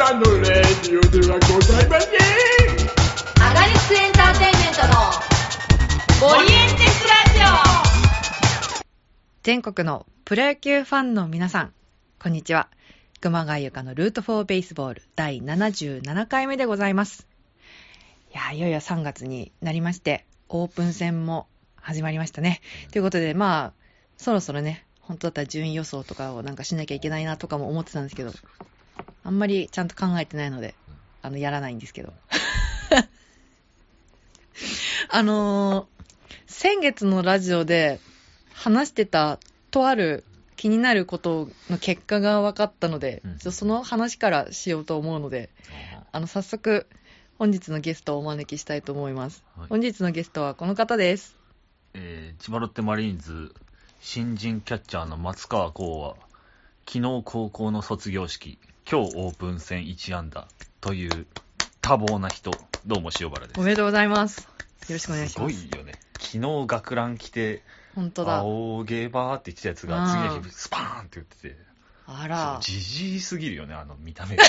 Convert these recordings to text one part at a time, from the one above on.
たのレディオではございません。 アガリスクエンターテインメントのオリエンテスラジオ。 全国のプロ野球ファンの皆さん、こんにちは。熊谷由佳のルート4ベースボール第77回目でございます。いよいよ3月になりまして、オープン戦も始まりましたね。ということで、そろそろね、本当だったら順位予想とかをなんかしなきゃいけないなとかも思ってたんですけど、あんまりちゃんと考えてないので、やらないんですけど。先月のラジオで話してたとある気になることの結果が分かったので、その話からしようと思うので、早速本日のゲストをお招きしたいと思います。はい、本日のゲストはこの方です。 千葉ロッテマリーンズ新人キャッチャーの松川幸は昨日高校の卒業式、今日オープン戦1安打という多忙な人。どうも塩原です。 おめでとうございます。よろしくお願いします。 すごいよね。昨日学ラン着て本当だ、 青ゲーバーって言ってたやつが次の日スパーンって言ってて、 あらじじいすぎるよね、見た目が。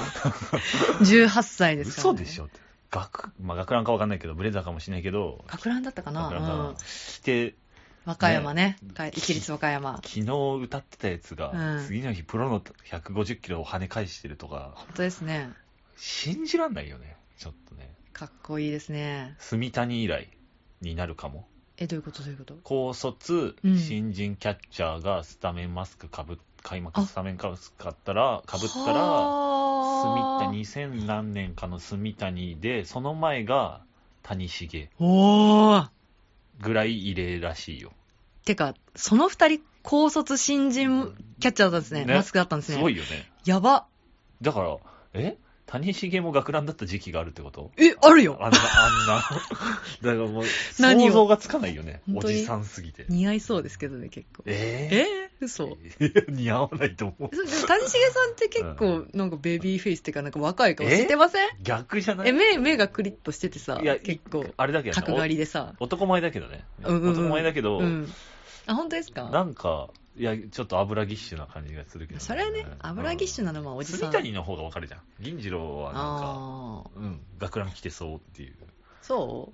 18歳ですからね。 嘘でしょって。学ランか分かんないけどブレザーかもしれないけど、 学ランだったかな、 着て和歌山ね、市立和歌山。 昨日歌ってたやつが、次の日プロの150キロを跳ね返してるとか。 本当ですね。 信じらんないよね、ちょっとね。 かっこいいですね。 住谷以来になるかも。 どういうこと高卒、新人キャッチャーがスタメンマスク開幕スタメンかぶったら、住谷、2000何年かの住谷で、その前が谷繁ぐらい異例らしいよ。 てか、その二人、高卒新人キャッチャーだったんですね。マスクだったんですね。 すごいよね。 やば。 だから、谷繁も学ランだった時期があるってこと？ あるよ。 あんな。だからもう、想像がつかないよね。おじさんすぎて。 似合いそうですけどね、結構。嘘。 似合わないと思う。 谷繁さんって結構、なんかベビーフェイスっていうか、なんか若い顔してません？ 逆じゃない？ 目がクリッとしててさ、結構、 あれだけどね。 角刈りでさ。 男前だけどね。男前だけど、 あ、本当ですか？ なんか、ちょっと油ぎっしゅな感じがするけど、ね。 それはね、油ぎっしゅなのはおじさん。 住谷の方がわかるじゃん。銀次郎はなんか、学ラン着てそうっていう。 そう、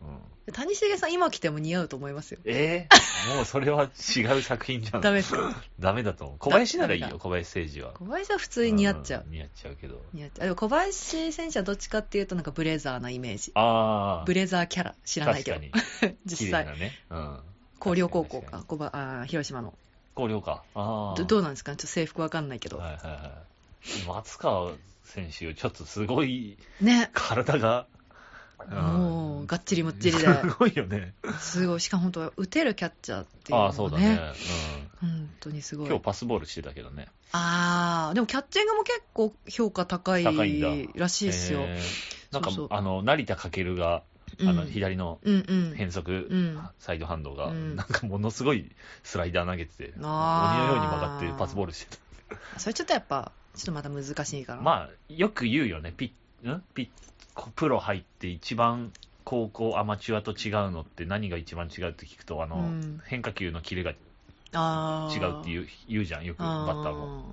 谷繁さん今着ても似合うと思いますよ。 もうそれは違う作品じゃん。 ダメですか？ ダメだと思う。小林ならいいよ、小林誠司は。 小林は普通に似合っちゃう。 似合っちゃうけど。 でも小林選手はどっちかっていうとなんかブレザーなイメージ。ブレザーキャラ知らないけど。 確かに。 実際。 綺麗なね。 広陵高校か。広島の。 広陵か。 どうなんですか？ちょっと制服わかんないけど。 松川選手、ちょっとすごい、体が。 もう、がっちりもっちりで。すごいよね。 すごい。しかも本当は、打てるキャッチャーっていうのがね。 そうだね。 本当にすごい。 今日パスボールしてたけどね。 でもキャッチングも結構評価高いらしいですよ。 なんか、成田翔が、左の変則、サイドハンドが、なんかものすごいスライダー投げてて、鬼のように曲がってパスボールしてた。 それちょっとやっぱ、ちょっとまた難しいかな。 よく言うよね。プロ入って一番高校アマチュアと違うのって何が一番違うって聞くと、変化球のキレが違うって言うじゃん、よくバッターも。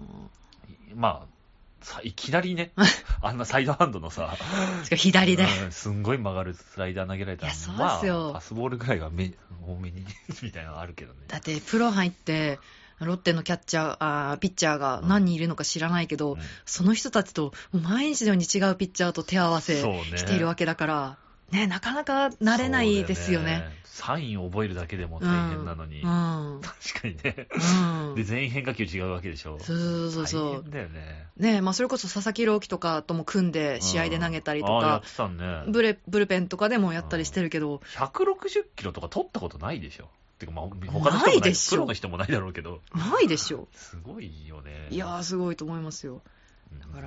いきなりね、あんなサイドハンドのさ、 左で、 すんごい曲がるスライダー投げられたら、 そうですよ。 パスボールぐらいが多めにみたいなのあるけどね。 だってプロ入ってロッテのピッチャーが何人いるのか知らないけど、その人たちと毎日のように違うピッチャーと手合わせしているわけだから、なかなか慣れないですよね。 サインを覚えるだけでも大変なのに。確かにね。で、全員変化球違うわけでしょ。 そう。 大変だよね。 それこそ佐々木朗希とかとも組んで試合で投げたりとか、 やってたね。 ブルペンとかでもやったりしてるけど、 160キロとか取ったことないでしょ。てか他の人もないでしょ。プロの人もないだろうけど。 ないでしょ。 すごいよね。 いやー、すごいと思いますよ。だから、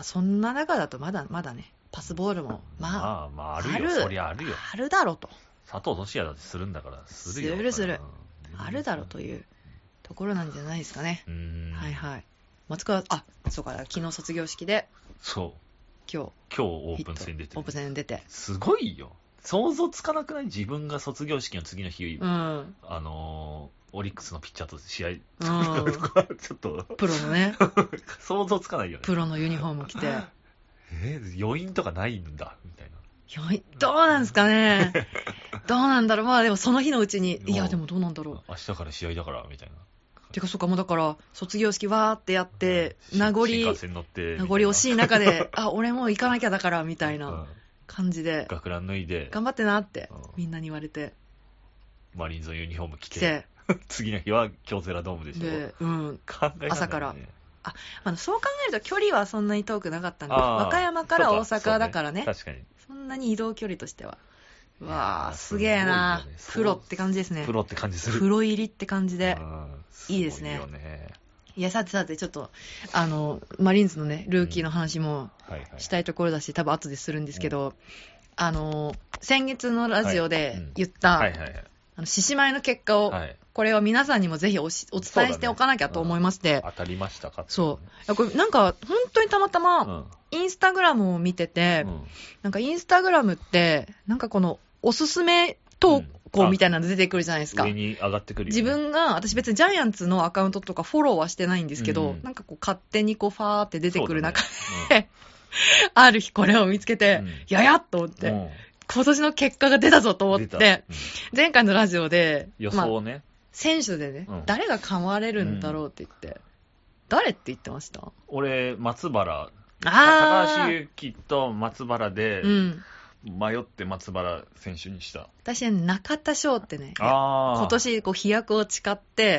そんな中だとまだね、パスボールも、 あるよ。そりゃあるよ。 あるだろうと。 佐藤俊也だってするんだから、するよ。 する。あるだろうというところなんじゃないですかね。はい。松川、そうか、昨日卒業式で、 そう。 今日オープン戦出て。 オープン戦出て。 すごいよ。想像つかなくない？自分が卒業式の次の日、オリックスのピッチャーと試合とか、ちょっと。 プロのね。 想像つかないよね。 プロのユニフォーム着て。 余韻とかないんだみたいな。 どうなんですかね。どうなんだろう。まあでもその日のうちに、いやでもどうなんだろう。 明日から試合だからみたいな。 てかそうか、もうだから卒業式わーってやって、名残惜しい中で、俺もう行かなきゃだからみたいな感じで、 学ラン脱いで頑張ってなってみんなに言われて、 マリーンズのユニフォーム着て次の日は京セラドームでしょ。 で、 考え朝から。そう考えると距離はそんなに遠くなかったんで、和歌山から大阪だからね。 確かに。 そんなに移動距離としては。わー、すげえな。プロって感じですね。 プロって感じする。 プロ入りって感じで。いいですね。いや、さて、ちょっと、マリーンズのね、ルーキーの話もしたいところだし、多分後でするんですけど、先月のラジオで言った、獅子舞の結果を、これは皆さんにもぜひお伝えしておかなきゃと思いまして。 当たりましたか？ そう。これなんか、本当にたまたま、インスタグラムを見てて、なんかインスタグラムって、なんかこの、おすすめ投稿みたいなの出てくるじゃないですか。 上に上がってくるよね。 自分が、私別にジャイアンツのアカウントとかフォローはしてないんですけど、なんかこう勝手にこうファーって出てくる中で、ある日これを見つけて、やっと思って、今年の結果が出たぞと思って、前回のラジオで、 予想ね。 選手でね、誰が変われるんだろうって言って、誰って言ってました？ 俺、松原。高橋優貴と松原で、迷って松原選手にした。 私は中田翔ってね、今年こう飛躍を誓って、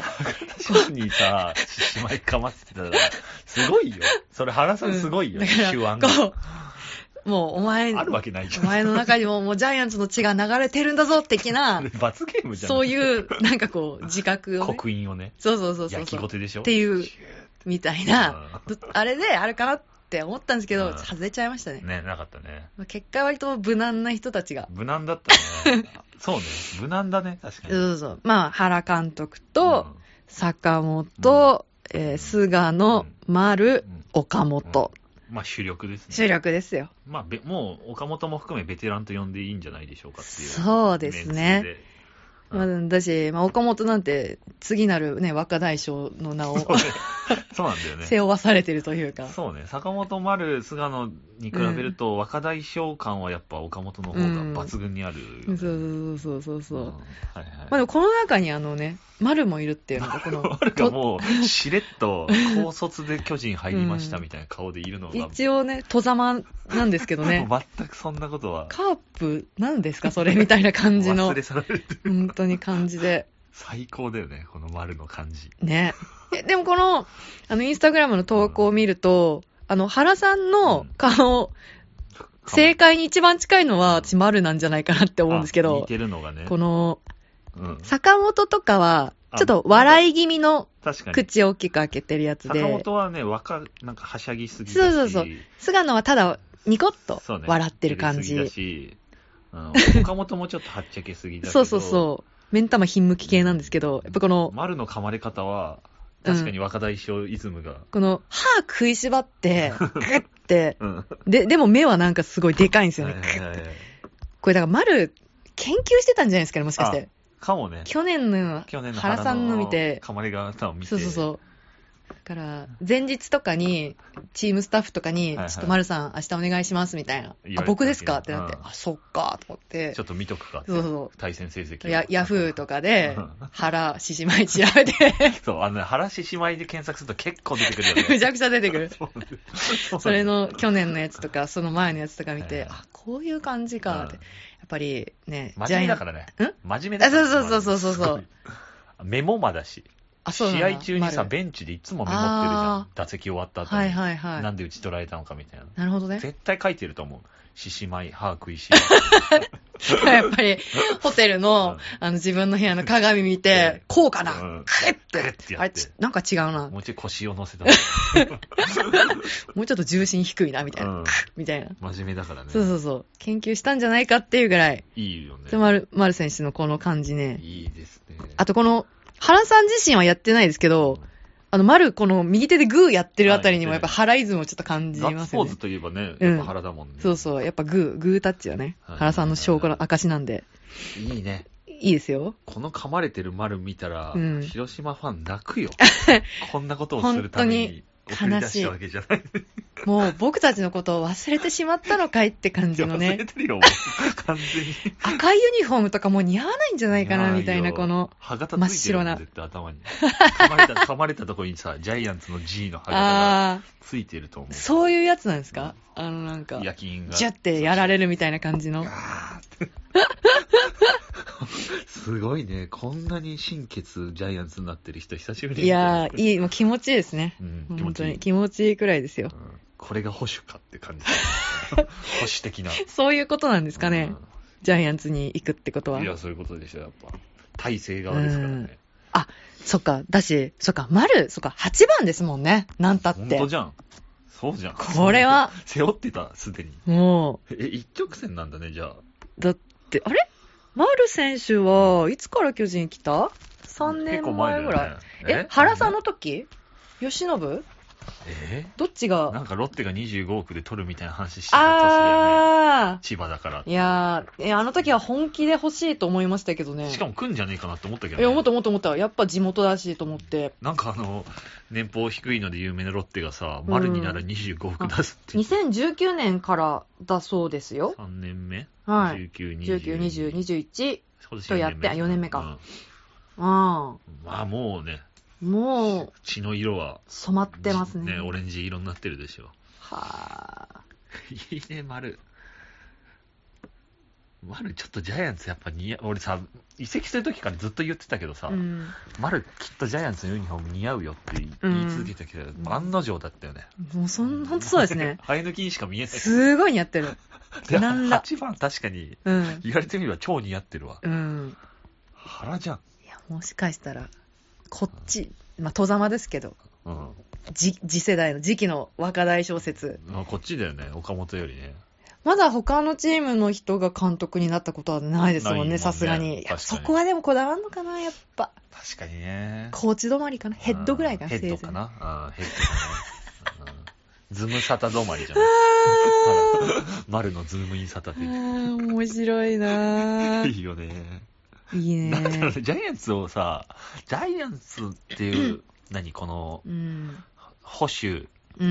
中田翔にさ、獅子舞かませてたら、すごいよ。それ原さんすごいよ。手腕が。 もうお前、 あるわけないじゃん。 お前の中にももうジャイアンツの血が流れてるんだぞ的な、 罰ゲームじゃん。 そういう、なんかこう、自覚を、ね。 刻印をね。 そう。 焼きごてでしょっていう、みたいな、あれであるかなって思ったんですけど、外れちゃいましたね。 ね、なかったね。 結果は割と無難な人たちが。 無難だったね。そうね。無難だね、確かに。 そう。原監督と、坂本、菅野、丸、岡本。 主力ですね。 主力ですよ。 もう岡本も含めベテランと呼んでいいんじゃないでしょうかっていう。 そうですね。だし、岡本なんて次なるね、若大将の名をそうなんだよね。 背負わされてるというか。 そうね。坂本丸、菅野に比べると、若大将感はやっぱ岡本の方が抜群にある、ね。 そう。でもこの中に丸もいるっていうのがこの。 丸がもう、しれっと高卒で巨人入りましたみたいな顔でいるのが。 一応ね、戸ざまなんですけどね。 全くそんなことは。 カープなんですかそれみたいな感じの。 忘れ去られてる。 本当に感じで。 最高だよね、この丸の感じ。 ね。でもこの、インスタグラムの投稿を見ると、原さんの顔、正解に一番近いのは、私丸なんじゃないかなって思うんですけど、 似てるのがね。 この、坂本とかは、ちょっと笑い気味の、口を大きく開けてるやつで。 坂本はね、なんかはしゃぎすぎだし。そう。菅野はただ、ニコッと笑ってる感じ。 岡本もちょっとはっちゃけすぎだけど。 そう。目ん玉ひんむき系なんですけど、やっぱこの。 丸の噛まれ方は、確かに若大将イズムが。 この、歯食いしばって、グッて、でも目はなんかすごいでかいんですよね。これだから丸、研究してたんじゃないですかね、もしかして。 かもね。 去年の原さんの見て。 噛まれ方を見て。 そう。だから、前日とかに、チームスタッフとかに、ちょっと丸さん、明日お願いします、みたいな。僕ですかってなって、そっか、と思って。 ちょっと見とくか。 そう。 対戦成績。 ヤフーとかで、原獅子舞調べて。 そう、原獅子舞で検索すると結構出てくるよね。 めちゃくちゃ出てくる。それの去年のやつとか、その前のやつとか見て、こういう感じか、って。やっぱりね、 真面目だからね。真面目だから。 そう。 メモマだし。試合中にさ、ベンチでいつもメモってるじゃん。打席終わった後に。なんで打ち取られたのかみたいな。 なるほどね。 絶対書いてると思う。獅子舞、歯食いし。 やっぱり、ホテルの、自分の部屋の鏡見て、こうかなクッて。あれ、なんか違うな。 もうちょい腰を乗せた。 もうちょっと重心低いな、みたいな。みたいな。 真面目だからね。 そう。研究したんじゃないかっていうぐらい。 いいよね。 丸選手のこの感じね。 いいですね。 あとこの、原さん自身はやってないですけど、丸、この右手でグーやってるあたりにもやっぱ原イズムをちょっと感じますよね。 ガッツポーズといえばね、やっぱ原だもんね。 そう。やっぱグータッチはね、原さんの証拠の証なんで。 いいね。 いいですよ。 この噛まれてる丸見たら、広島ファン泣くよ。こんなことをするために送り出したわけじゃない。 もう僕たちのことを忘れてしまったのかいって感じの忘ねれ。てるよ、もう完全に。 赤いユニフォームとかもう似合わないんじゃないかな、みたいな、この。 歯型ついてる真っ白な絶対頭に。噛まれたところにさ、ジャイアンツの G の歯型があついてると思う。 そういうやつなんですか？なんか、 夜勤が。 ジャってやられるみたいな感じの。 すごいね。こんなに心血ジャイアンツになってる人久しぶりにいやー、いい、もう気持ちいいですね。 うん、 本当に気持ちいいくらいですよ。 これが保守かって感じ。保守的な。 そういうことなんですかね。ジャイアンツに行くってことは。 いや、そういうことでしょ、やっぱ。体制側ですからね。 あ、そっか、だし、そっか、そっか、8番ですもんね。なんたって。 本当じゃん。そうじゃん。 これは。 背負ってた、すでに。 もう。 一直線なんだね、じゃあ。 だって、あれ丸選手はいつから巨人来た ?3 年前ぐらい。原さんの時吉信どっちがなんかロッテが25億で取るみたいな話してた年だよね。千葉だから。 いやー、あの時は本気で欲しいと思いましたけどね。 しかも来んじゃねえかなって思ったけどね。 いや、思った。やっぱ地元だしと思って。 なんか年俸低いので有名なロッテがさ、丸になら25億出すって。 2019年からだそうですよ。 3年目はい。 19、 20、21とやって、4年目か。 まあもうね。 もう、 血の色は染まってますね。 オレンジ色になってるでしょ。 はぁ。 いいね、丸ちょっとジャイアンツやっぱ俺さ、移籍するときからずっと言ってたけどさ、丸きっとジャイアンツのユニフォーム似合うよって言い続けたけど、案の定だったよね。 もうほんとそうですね。 生え抜きにしか見えない。 すごい似合ってる。 なんだ。8番確かに、言われてみれば超似合ってるわ。腹じゃん。 いや、もしかしたら、こっち、まあ、戸様ですけど、次世代の次期の若大小説。 こっちだよね、岡本よりね。 まだ他のチームの人が監督になったことはないですもんね、さすがに。そこはでもこだわんのかな、やっぱ。 確かにね。 コーチ止まりかな、ヘッドぐらいかな、 ヘッドかな。ヘッドかな。ズムサタ止まりじゃん。丸のズームインサタで。 面白いなぁ。 いいよね。 いいね。 なんだろうね、ジャイアンツをさ、ジャイアンツっていう、この、保守、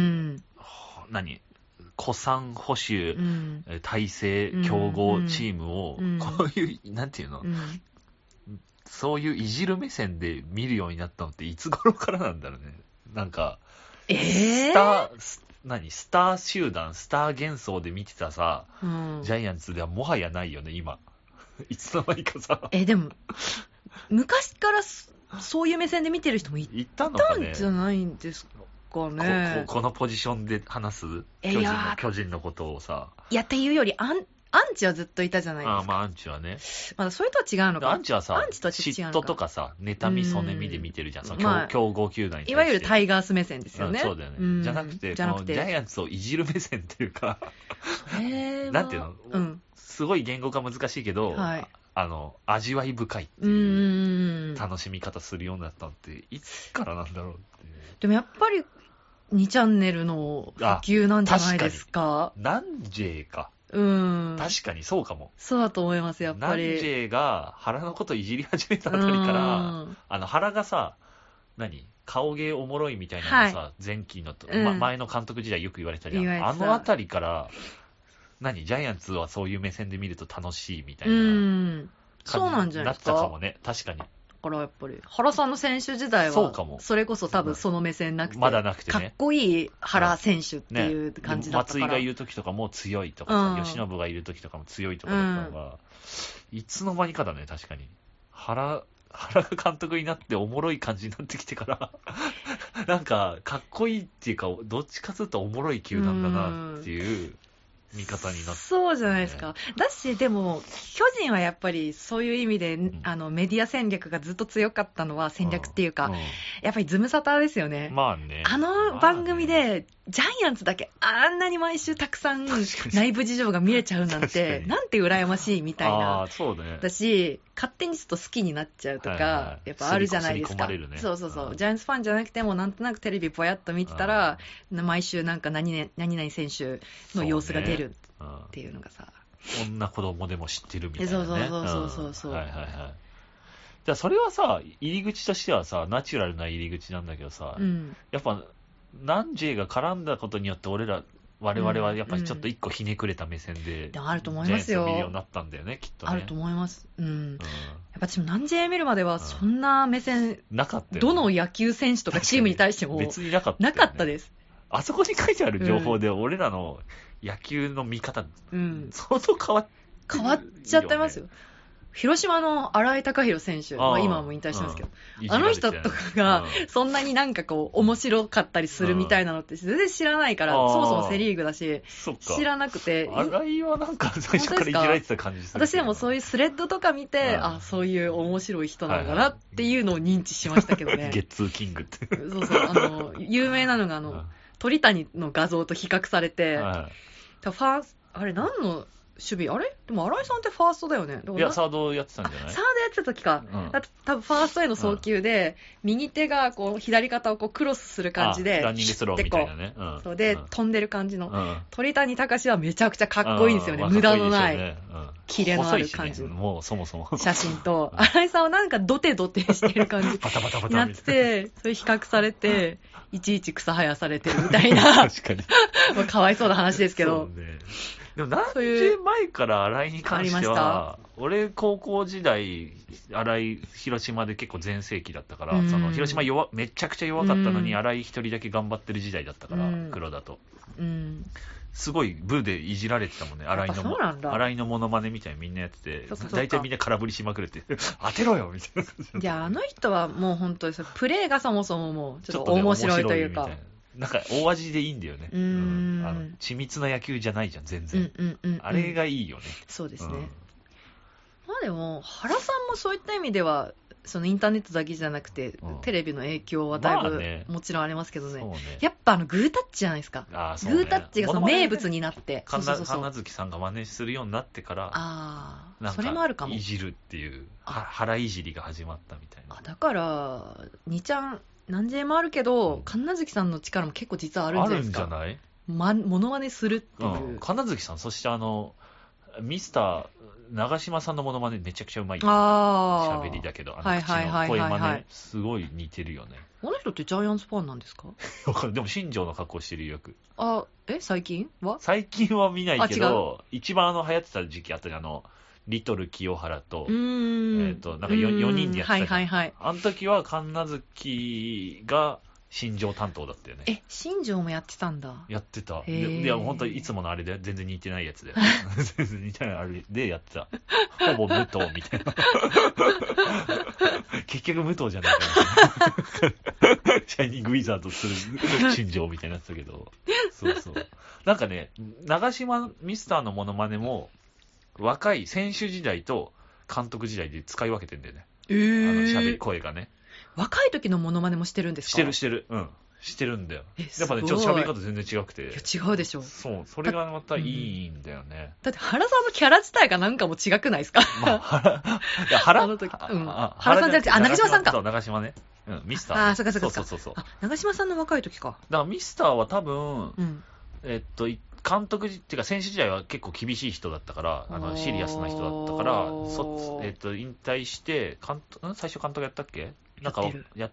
古参保守、体制、強豪チームを、こういう、なんていうの、そういういじる目線で見るようになったのっていつ頃からなんだろうね。なんか、スター集団、スター幻想で見てたさ、ジャイアンツではもはやないよね、今。いつの間にかさ。 でも、昔からそういう目線で見てる人もいたんじゃないんですかね。 このポジションで話す巨人のことをさ。 いや、っていうより、アンチはずっといたじゃないですか。 まあ、アンチはね。 まだそれとは違うのか。 アンチはさ、嫉妬とかさ、妬み、そねみで見てるじゃん。その強豪球団に対して。 いわゆるタイガース目線ですよね。 そうだよね。じゃなくて、このジャイアンツをいじる目線っていうか、なんていうの、すごい言語化難しいけど、味わい深いっていう楽しみ方するようになったのって、いつからなんだろうって。 でもやっぱり、2チャンネルの普及なんじゃないですか。 何 J か。確かにそうかも。 そうだと思います、やっぱり。 何 J が原のこといじり始めたあたりから、原がさ、顔芸おもろいみたいなのさ、前期の、前の監督時代よく言われてたじゃん。あのあたりから、ジャイアンツはそういう目線で見ると楽しいみたいなそうなんじゃないですか。 なったかもね、確かに。 だからやっぱり、原さんの選手時代は、それこそ多分その目線なくて、 まだなくてね。 かっこいい原選手っていう感じだったから。 松井がいる時とかも強いとかさ、吉信がいる時とかも強いとかだったのが、いつの間にかだね、確かに。原が監督になっておもろい感じになってきてからなんか、かっこいいっていうか、どっちかというとおもろい球団だなっていう見方になって、 そうじゃないですか。だし、でも、巨人はやっぱりそういう意味で、メディア戦略がずっと強かったのは戦略っていうか、やっぱりズムサタですよね。 まあね。 番組で、ジャイアンツだけあんなに毎週たくさん内部事情が見れちゃうなんて、なんて羨ましいみたいな。 そうね。 だし、勝手にちょっと好きになっちゃうとか、やっぱあるじゃないですか。そうそうそう。ジャイアンツファンじゃなくても、なんとなくテレビぼやっと見てたら、毎週なんか何々選手の様子が出るっていうのがさ。 こんな子供でも知ってるみたいなね。 そう。 はいはいはい。じゃあそれはさ、入り口としてはさ、ナチュラルな入り口なんだけどさ、やっぱ、 ナンジェが絡んだことによって我々はやっぱりちょっと一個ひねくれた目線で、 でもあると思いますよ。 ジャイアンツを見るようになったんだよね、きっとね。 あると思います。やっぱ私もナンジェ見るまではそんな目線、 なかったよね。 どの野球選手とかチームに対しても別になかった、 なかったです。 あそこに書いてある情報で俺らの野球の見方、相当変わっちゃってますよ。広島の新井貴弘選手、今はもう引退してますけど、あの人とかがそんなになんかこう面白かったりするみたいなのって全然知らないから、そもそもセリーグだし知らなくて、 新井はなんか最初からいじられてた感じする。 私でもそういうスレッドとか見て、そういう面白い人なのかなっていうのを認知しましたけどね。 ゲッツーキングってそう有名なのが鳥谷の画像と比較されて、あれ何の守備、あれでも新井さんってファーストだよね。 いや、サードやってたんじゃない？ サードやってた時か。多分ファーストへの送球で、右手がこう左肩をこうクロスする感じで、 ランニングスローみたいなね。 そうで、飛んでる感じの。鳥谷敬はめちゃくちゃかっこいいんですよね。無駄のない、キレのある感じ。 もうそもそも。 写真と、新井さんはなんかドテドテしてる感じになって、それ比較されて、いちいち草生やされてるみたいな。 確かに。 かわいそうな話ですけど。 でも何十前から新井に関しては、俺高校時代、新井広島で結構全盛期だったから、その広島めちゃくちゃ弱かったのに、新井一人だけ頑張ってる時代だったから、黒田と。すごい部でいじられてたもんね、新井のモノマネみたいにみんなやってて、大体みんな空振りしまくるって、当てろよみたいな。 いや、あの人はもう本当にプレーがそもそももうちょっと面白いというか。 なんか大味でいいんだよね。緻密な野球じゃないじゃん、全然。あれがいいよね。 そうですね。まあでも、原さんもそういった意味では、そのインターネットだけじゃなくて、テレビの影響はだいぶもちろんありますけどね。やっぱグータッチじゃないですか。グータッチがその名物になって。 神奈月さんが真似するようになってから、 それもあるかも。 いじるっていう、腹いじりが始まったみたいな。 だから、2ちゃん、何千円もあるけど、神奈月さんの力も結構実はあるんじゃないですか。 あるんじゃない？ モノマネするっていう。 神奈月さん、そしてミスター長嶋さんのモノマネめちゃくちゃうまい。喋りだけど、口の声真似、すごい似てるよね。 あの人ってジャイアンツファンなんですか？ でも新庄の格好してるよく。 最近は？ 最近は見ないけど、一番流行ってた時期あったじゃん、リトル清原と、なんか 4人でやってたじゃん。あの時は神奈月が新庄担当だったよね。 新庄もやってたんだ。 やってた。いや、本当にいつものあれで全然似てないやつで。全然似てないあれでやってた。ほぼ武藤みたいな。結局武藤じゃないかな。シャイニングウィザードする新庄みたいになってたけど。そうそう。なんかね、長島ミスターのモノマネも、若い選手時代と監督時代で使い分けてんだよね。喋り声がね。 若い時のモノマネもしてるんですか？ してる。してるんだよ。やっぱね、ちょっと喋り方全然違くて。 いや、違うでしょ。 そう、それがまたいいんだよね。 だって原さんのキャラ自体がなんかも違くないですか？原さんじゃなくて、長嶋さんか。 そう、長嶋ね。ミスター。 そうか。そう。長嶋さんの若い時か。 だからミスターは多分、監督っていうか選手時代は結構厳しい人だったから、シリアスな人だったから、引退して、最初監督やったっけ？なんかやって、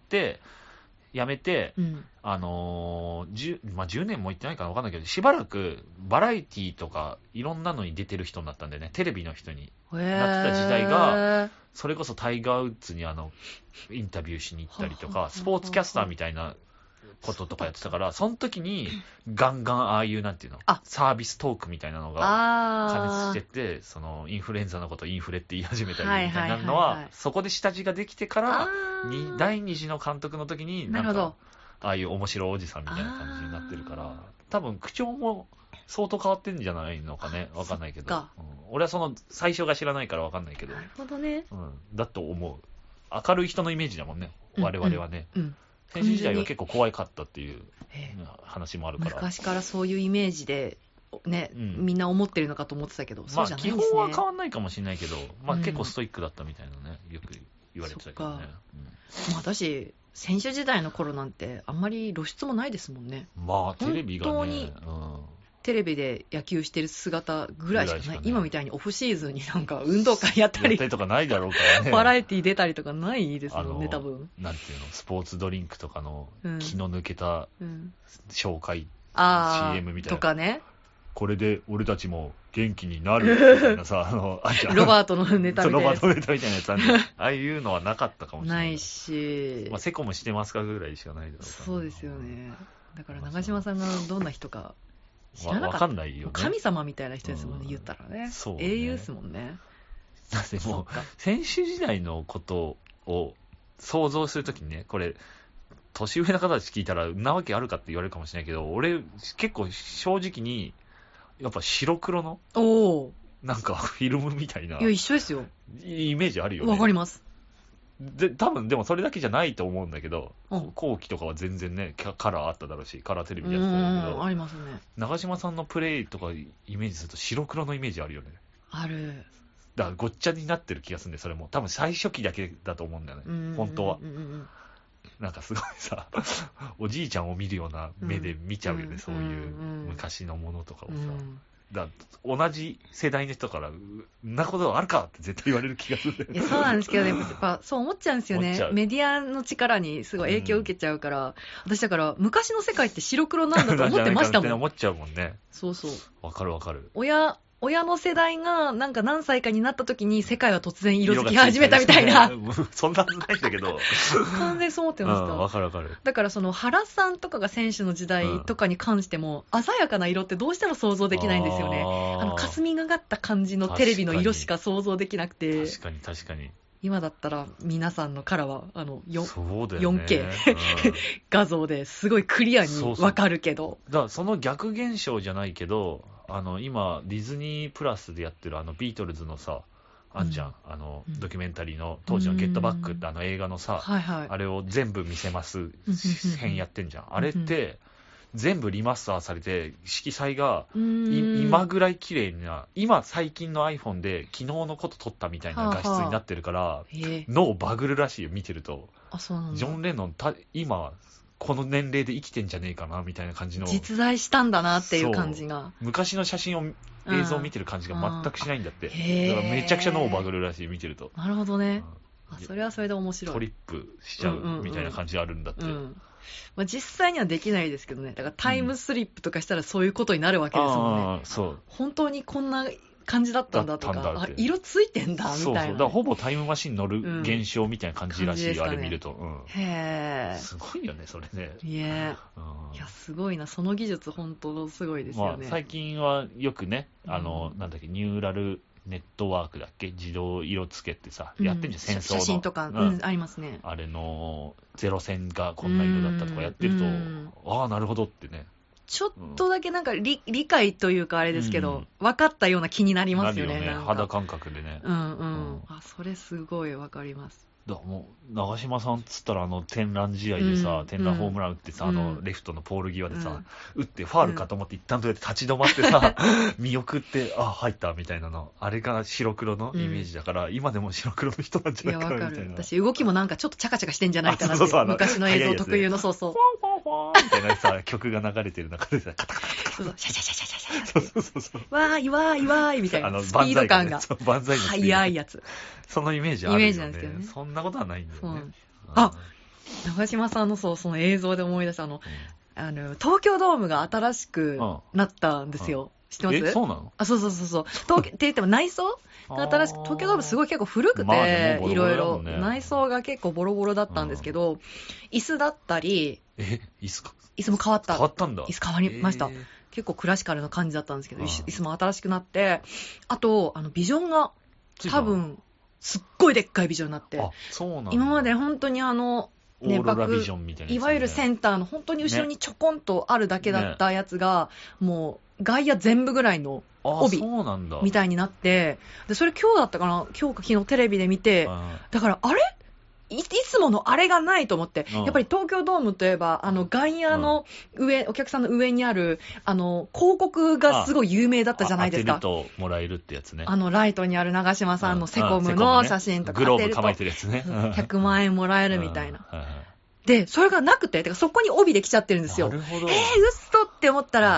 辞めて、10年も行ってないかな分かんないけど、しばらくバラエティとかいろんなのに出てる人になったんだよね。テレビの人になってた時代が、それこそタイガー・ウッズにインタビューしに行ったりとか、スポーツキャスターみたいなこととかやってたから、その時にガンガンああいうなんていうの、サービストークみたいなのが加熱してて、そのインフルエンザのことをインフレって言い始めたりみたいなのは、そこで下地ができてから第二次の監督の時になんかああいう面白いおじさんみたいな感じになってるから、多分口調も相当変わってんじゃないのかね、わかんないけど、俺はその最初が知らないからわかんないけど、 なるほどね、 だと思う。明るい人のイメージだもんね、我々はね。選手時代は結構怖かったっていう話もあるから、 昔からそういうイメージでね、みんな思ってるのかと思ってたけど、そうじゃないんですね。 基本は変わんないかもしれないけど、結構ストイックだったみたいなね、よく言われてたけどね。 私選手時代の頃なんてあんまり露出もないですもんね。 テレビがね、 テレビで野球してる姿ぐらいしかない。 ぐらいしかね今みたいにオフシーズンになんか運動会やったり、 とかないだろうからね。 バラエティ出たりとかないですもんね、多分。 なんていうの、スポーツドリンクとかの気の抜けた紹介、CM みたいな。 とかね。 これで俺たちも元気になるみたいなさ、 ロバートのネタみたいなロバートのネタみたいなやつあるんで、ああいうのはなかったかもしれない。 ないし、 まあ、セコムしてますかぐらいしかないだろうから。 そうですよね。だから長嶋さんがどんな人か知らなかった。 わかんないよね。 神様みたいな人ですもんね、言ったらね。 そうね。 英雄ですもんね。 だってもう、選手時代のことを想像するときにね、これ、年上の方たち聞いたら、んなわけあるかって言われるかもしれないけど、俺、結構正直に、やっぱ白黒の、なんかフィルムみたいな。 いや、一緒ですよ。 イメージあるよね。 わかります。 で、多分でもそれだけじゃないと思うんだけど、後期とかは全然ね、カラーあっただろうし、カラーテレビでやってたんだけど、 ありますね。 長嶋さんのプレイとかイメージすると白黒のイメージあるよね。 ある。 だからごっちゃになってる気がするんで、それも。多分最初期だけだと思うんだよね。本当は。なんかすごいさ、おじいちゃんを見るような目で見ちゃうよね、そういう昔のものとかをさ。だ同じ世代の人から、んなことあるかって絶対言われる気がするんだよね。 いや、そうなんですけど、やっぱそう思っちゃうんですよね。メディアの力にすごい影響を受けちゃうから、私だから昔の世界って白黒なんだと思ってましたもん。 思っちゃうもんね。 そうそう。 わかるわかる。 親の世代がなんか何歳かになった時に世界は突然色づき始めたみたいな。 そんなはずないんだけど。 完全そう思ってました。 わかるわかる。 だからその原さんとかが選手の時代とかに関しても、鮮やかな色ってどうしても想像できないんですよね。霞がかった感じのテレビの色しか想像できなくて。 確かに確かに。 今だったら皆さんのカラーは 4K 画像ですごいクリアにわかるけど。 だからその逆現象じゃないけど、今ディズニープラスでやってるビートルズのさ、あんじゃん、ドキュメンタリーの当時のゲットバックって映画のさ、あれを全部見せます編やってんじゃん。あれって全部リマスターされて、色彩が今ぐらい綺麗な、今最近の iPhone で昨日のこと撮ったみたいな画質になってるから、脳バグるらしいよ、見てると。ジョン・レノン今この年齢で生きてんじゃねえかなみたいな感じの。 実在したんだなっていう感じが。 昔の写真を映像を見てる感じが全くしないんだって。だからめちゃくちゃ脳バグるらしい、見てると。 なるほどね。それはそれで面白い。 トリップしちゃうみたいな感じあるんだって。 まあ、実際にはできないですけどね。だからタイムスリップとかしたらそういうことになるわけですもんね。 そう。 本当にこんな感じだったんだとか、色ついてんだみたいな。 そうそう。だからほぼタイムマシン乗る現象みたいな感じらしい、あれ見ると。 へー。 すごいよね、それね。 いや、すごいな。その技術本当すごいですよね。 最近はよくね、なんだっけ、ニューラルネットワークだっけ、自動色付けってさ、やってんじゃん、戦争の。 写真とか、ありますね。 あれの、ゼロ線がこんな色だったとかやってると、ああ、なるほどってね。 ちょっとだけなんか理解というかあれですけど、分かったような気になりますよね。 肌感覚でね。 それすごい分かります。 もう長嶋さんっつったら天覧試合でさ、天覧ホームラン打ってさ、レフトのポール際でさ、打ってファールかと思って一旦どうやって立ち止まってさ、見送って、入ったみたいなの、あれが白黒のイメージだから、今でも白黒の人なんじゃないかなみたいな。いや、わかる。 私動きもなんかちょっとチャカチャカしてんじゃないかなって、昔の映像特有の、そうそう。 フォンフォンフォンみたいなさ、曲が流れてる中でさ、カタカタカタカタ。 シャシャシャシャシャシャ。 そう。 わーいわーいわーいみたいな。スピード感が。 万歳の速いやつ。 そのイメージあるよね。 イメージなんですけどね。 そんなことはないんだよね。 長嶋さんのその映像で思い出した東京ドームが新しくなったんですよ。知ってます？ そうなの？ そう。って言っても内装が新しく、東京ドームすごい結構古くて、いろいろ内装が結構ボロボロだったんですけど、椅子だったり、椅子も変わった。 変わったんだ。 椅子変わりました。結構クラシカルな感じだったんですけど、椅子も新しくなって、あとビジョンが多分すっごいでっかいビジョンになって、今まで本当にオーロラビジョンみたいな、 いわゆるセンターの本当に後ろにちょこんとあるだけだったやつが、もう外野全部ぐらいの帯みたいになって、でそれ今日だったかな、今日か昨日テレビで見て、だからあれいつものあれがないと思って、やっぱり東京ドームといえば外野の上、お客さんの上にある広告がすごい有名だったじゃないですか。 当てるともらえるってやつね。 ライトにある長嶋さんのセコムの写真とか当てるとグローブ構えてるやつね。 100万円もらえるみたいな。でそれがなくて、そこに帯できちゃってるんですよ。 なるほど。 嘘って思ったら、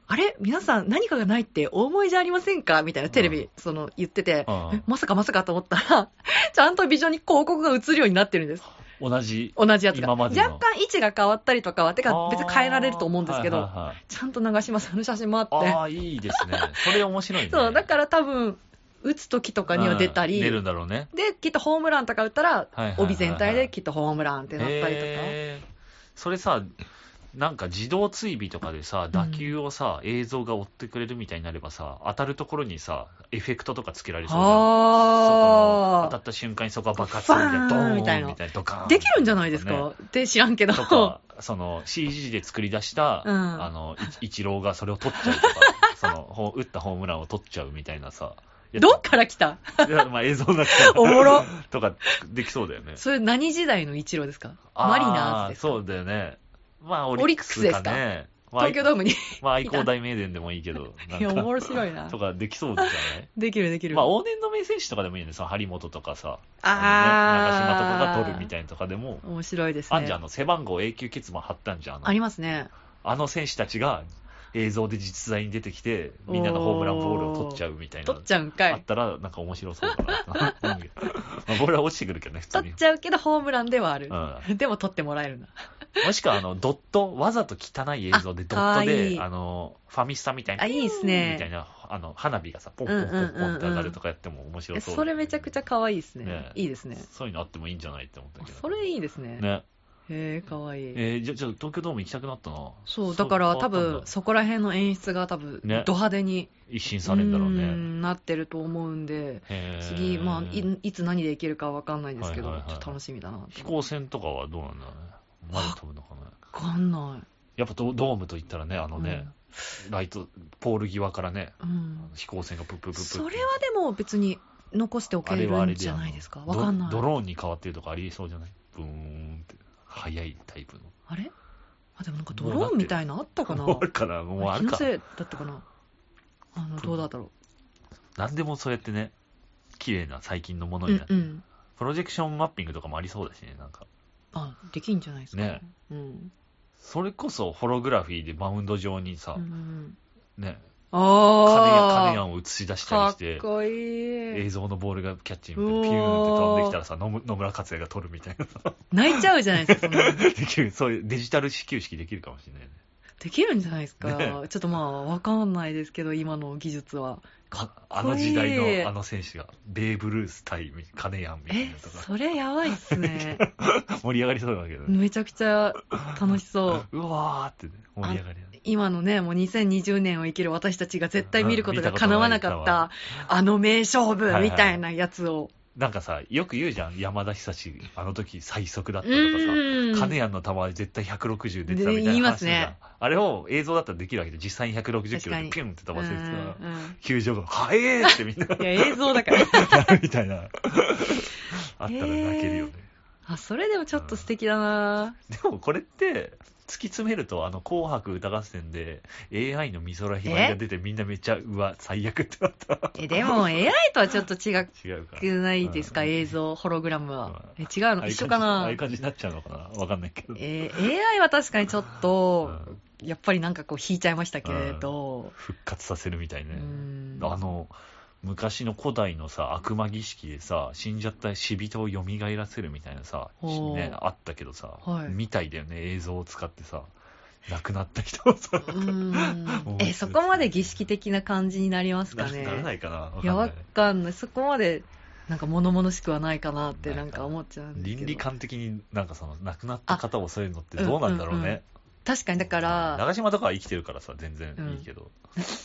あれ皆さん何かがないってお思いじゃありませんかみたいなテレビ、言ってて、まさかと思ったら、ちゃんとビジョンに広告が映るようになってるんです。 同じやつが。若干位置が変わったりとかは、てか別に変えられると思うんですけど、ちゃんと長嶋さんの写真もあって。 いいですね。それ面白いね。 そう、だから多分、打つ時とかには出たり、 出るんだろうね。 で、きっとホームランとか打ったら、帯全体できっとホームランってなったりとか。 それさ、なんか自動追尾とかでさ、打球をさ、映像が追ってくれるみたいになればさ、当たるところにさ、エフェクトとかつけられそうじゃん。そこの当たった瞬間にそこが爆発するみたいな、ドーンみたいな、ドカーン。 できるんじゃないですかって知らんけど。 とか、CG で作り出した、イチローがそれを取っちゃうとか、打ったホームランを取っちゃうみたいなさ。 どっから来た？ いや、映像になっちゃう。 おもろ。 とか、できそうだよね。 それ何時代のイチローですか？マリナーズですか？ そうだよね。オリックスですかね。 東京ドームに。 愛工大名電でもいいけど。 いや、面白いな。 とかできそうじゃない？ できる。 往年の名選手とかでもいいよね。張本とかさ。長嶋とかが取るみたいなとかでも。 面白いですね。 あんじゃん、背番号永久欠番貼ったんじゃん。 ありますね。 選手たちが映像で実在に出てきて、みんなのホームランボールを取っちゃうみたいな。 取っちゃうんかい。 あったら、なんか面白そうだな。ボールは落ちてくるけどね、普通に。 取っちゃうけど、ホームランではある。でも取ってもらえるな。 もしくは、ドット、わざと汚い映像で、ドットで、ファミスタみたいな。 いいですね。 みたいな、花火がさ、ポンポンポンポンって上がるとかやっても面白そう。 それめちゃくちゃ可愛いですね。いいですね。 そういうのあってもいいんじゃないって思ったけど。 それいいですね。 ね。 へぇ、かわいい。 じゃあ東京ドーム行きたくなったな。 そう、だから多分、そこら辺の演出が多分、ド派手に。 一新されるんだろうね。 なってると思うんで、次、いつ何で行けるかわかんないんですけど、ちょっと楽しみだな。 飛行船とかはどうなんだろうね。まだ飛ぶのかな。 わかんない。 やっぱドームといったらね、ライト、ポール際からね、飛行船がプップップップ。 それはでも別に残しておけるんじゃないですか。わかんない。 ドローンに変わってるとかありそうじゃない？ブーンって。速いタイプの。 あれ？でもなんかドローンみたいなあったかな？ あるかな？もうあるか。 気のせいだったかな？どうだろう。なんでもそうやってね、綺麗な最近のものになって、プロジェクションマッピングとかもありそうだしね、なんか。 できんじゃないですか。 ね。それこそホログラフィーでマウンド上にさ、ね。金やんを映し出したりして、 かっこいい。 映像のボールがキャッチにピューンって飛んできたらさ、野村克也が撮るみたいな。 泣いちゃうじゃないですか、 できる。そういうデジタル始球式できるかもしれないね。 できるんじゃないですか。ちょっとわかんないですけど、今の技術は。 あの時代の選手が、ベーブ・ルース対金やんみたいなとか。 それやばいっすね。 盛り上がりそうだけど。 めちゃくちゃ楽しそう。 うわーって盛り上がり。 今のね、もう2020年を生きる私たちが絶対見ることが叶わなかった、名勝負みたいなやつを。 なんかさ、よく言うじゃん。山田久志、あの時最速だったとかさ、金谷の球は絶対160出てたみたいな話じゃん。 言いますね。 あれを映像だったらできるわけで、実際に160キロでピュンって飛ばせるから、球場が、速えーってみんな。 いや、映像だから。 みたいな。あったら泣けるよね。 それでもちょっと素敵だな。 でもこれって、突き詰めると、紅白歌合戦で AI の美空ひばりが出てみんなめっちゃ、最悪ってなった。 でも AI とはちょっと違くないですか、映像、ホログラムは。違うの一緒かな。 ああいう感じになっちゃうのかなわかんないけど。 AI は確かにちょっと、やっぱりなんかこう引いちゃいましたけれど。 復活させるみたいね。昔の古代のさ、悪魔儀式でさ、死んじゃった死人を蘇らせるみたいなさ、ね、あったけどさ、みたいだよね、映像を使ってさ、亡くなった人をさ。 そこまで儀式的な感じになりますかね。 ならないかな。 いや、わかんない。そこまで、なんか物々しくはないかなってなんか思っちゃうんですけど。 倫理観的になんか亡くなった方をそういうのってどうなんだろうね。 確かに、だから。 長島とかは生きてるからさ、全然いいけど。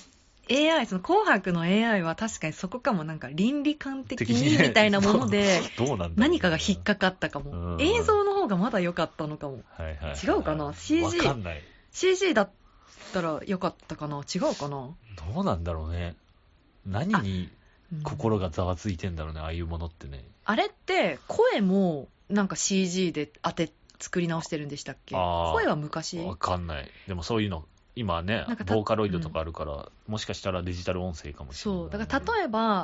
AI、その紅白の AI は確かにそこかも、なんか倫理観的にみたいなもので、何かが引っかかったかも。映像の方がまだ良かったのかも。違うかな ?CG だったら良かったかな違うかなどうなんだろうね。何に心がざわついてんだろうね、ああいうものってね。 あれって、声もなんか CG で作り直してるんでしたっけ？声は昔？ わかんない。でもそういうの、今ね、ボーカロイドとかあるから、もしかしたらデジタル音声かもしれない。 そう、だから例えば、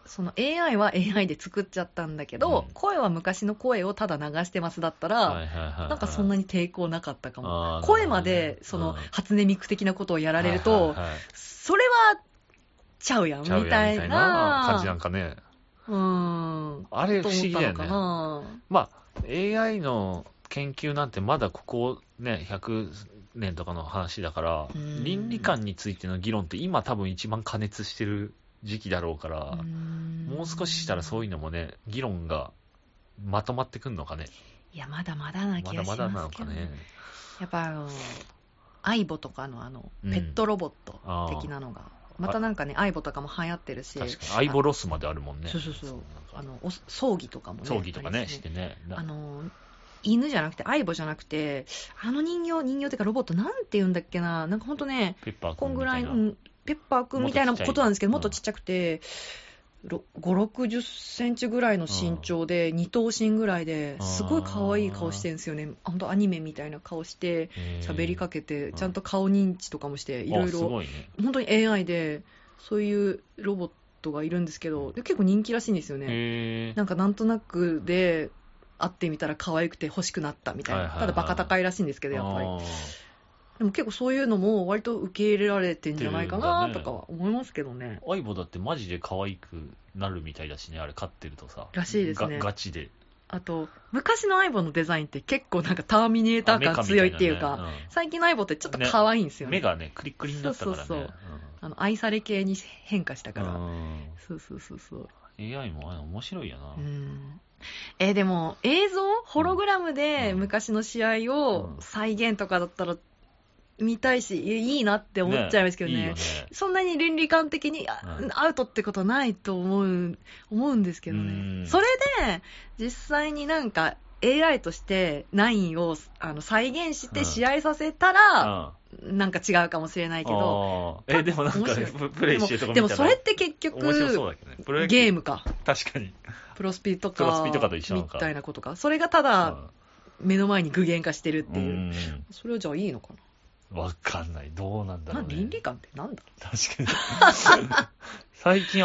その AI は AI で作っちゃったんだけど、声は昔の声をただ流してますだったら、なんかそんなに抵抗なかったかも。声までその初音ミク的なことをやられると、それはちゃうやんみたいな感じなんかね。あれ不思議だよね。まあ AI の研究なんてまだここね100年とかの話だから、倫理観についての議論って今多分一番過熱してる時期だろうから、もう少ししたらそういうのもね、議論がまとまってくんのかね。 いや、まだまだな気がしますけど、 まだまだなのかね。 やっぱアイボとかのペットロボット的なのが、またなんかね、アイボとかも流行ってるし、 確かにアイボロスまであるもんね。 そう葬儀とかもね、 葬儀とかねしてね、 犬じゃなくて、アイボじゃなくて、人形っていうかロボットなんて言うんだっけな、なんかほんとね、 ペッパーこんぐらい、ペッパーくんみたいなことなんですけど、もっとちっちゃくて、5、60センチぐらいの身長で、2頭身ぐらいで、すごい可愛い顔してるんですよね。ほんとアニメみたいな顔して、喋りかけて、ちゃんと顔認知とかもして、いろいろ、本当に AI で、そういうロボットがいるんですけど、結構人気らしいんですよね。なんとなくで、会ってみたら可愛くて欲しくなったみたいな。ただバカ高いらしいんですけど、やっぱり。でも結構そういうのも割と受け入れられてんじゃないかなとかは思いますけどね。 アイボだってマジで可愛くなるみたいだしね、あれ飼ってるとさ。 らしいですね。 ガチで。 あと、昔のアイボのデザインって結構なんかターミネーター感強いっていうか、最近のアイボってちょっと可愛いんですよね。 目がね、クリックリになったからね。 そう。愛され系に変化したから。そう。 AI も面白いよな。 でも映像ホログラムで昔の試合を再現とかだったら見たいし、いいなって思っちゃいますけどね。いいよね。そんなに倫理観的にアウトってことはないと思うんですけどね。それで実際になんか AI として9を再現して試合させたら、なんか違うかもしれないけど。 でもなんかプレイしてるとこ見たら。 でもそれって結局、ゲームか。 確かに。 プロスピと一緒みたいなことか。それがただ、目の前に具現化してるっていう。それはじゃあいいのかな。 わかんない。どうなんだろうね。 倫理観ってなんだ。 確かに。最近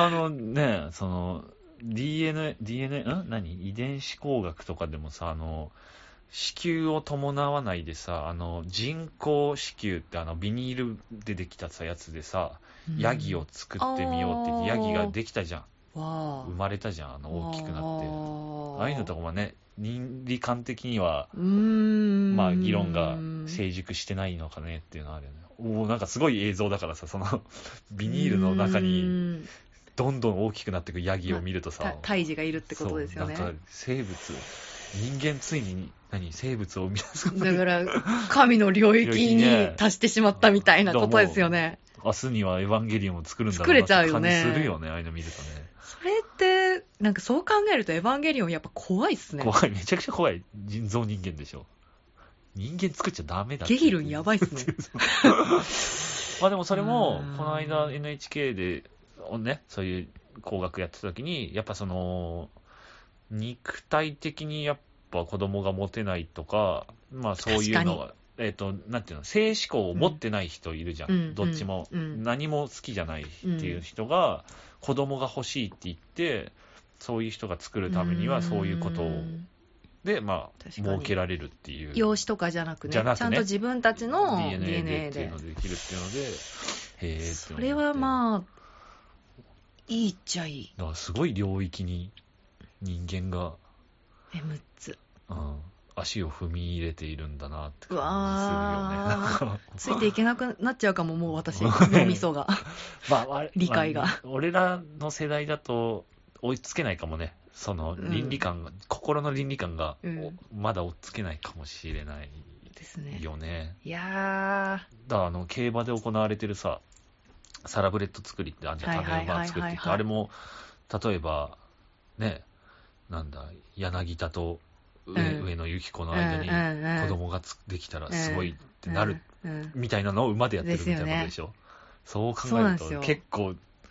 遺伝子工学とかでもさ、子宮を伴わないでさ、人工子宮ってビニールでできたやつでさ、ヤギを作ってみようって、ヤギができたじゃん。生まれたじゃん、大きくなって。ああいうのとかもね、倫理観的には、まあ議論が成熟してないのかねっていうのはあるよね。なんかすごい映像だからさ、ビニールの中にどんどん大きくなっていくヤギを見るとさ、 胎児がいるってことですよね。 なんか生物、人間ついに生物を生み出す。 だから神の領域に達してしまったみたいなことですよね。 明日にはエヴァンゲリオンを作るんだろうなって感じするよね、ああいうの見るとね。 それってなんかそう考えるとエヴァンゲリオンやっぱ怖いっすね。 怖い、めちゃくちゃ怖い。人造人間でしょ。人間作っちゃダメだって。 ゲヒルンやばいっすね。 まあでもそれもこの間 NHK でね、そういう工学やってた時にやっぱ肉体的にやっぱ子供が持てないとか、まあそういうのはなんていうの、性思考を持ってない人いるじゃん。どっちも、何も好きじゃないっていう人が、子供が欲しいって言って、そういう人が作るためにはそういうことを、で、まあ、設けられるっていう。 養子とかじゃなくね、ちゃんと自分たちの DNA で。 っていうのでできるっていうので、へーって。 それはまあ、いいっちゃいい。 だからすごい領域に人間が、 6つ。 足を踏み入れているんだなって感じするよね。 ついていけなくなっちゃうかも、もう私、脳みそが。理解が、 俺らの世代だと追いつけないかもね。倫理観が、心の倫理観が、まだ追いつけないかもしれないよね。 いやー。だから競馬で行われてるさ、サラブレッド作りってあんじゃん、種馬作ってて、あれも、例えば、ね、柳田と、上野由岐子の間に子供ができたらすごいってなるみたいなのを馬でやってるみたいなことでしょ。そう考えると結構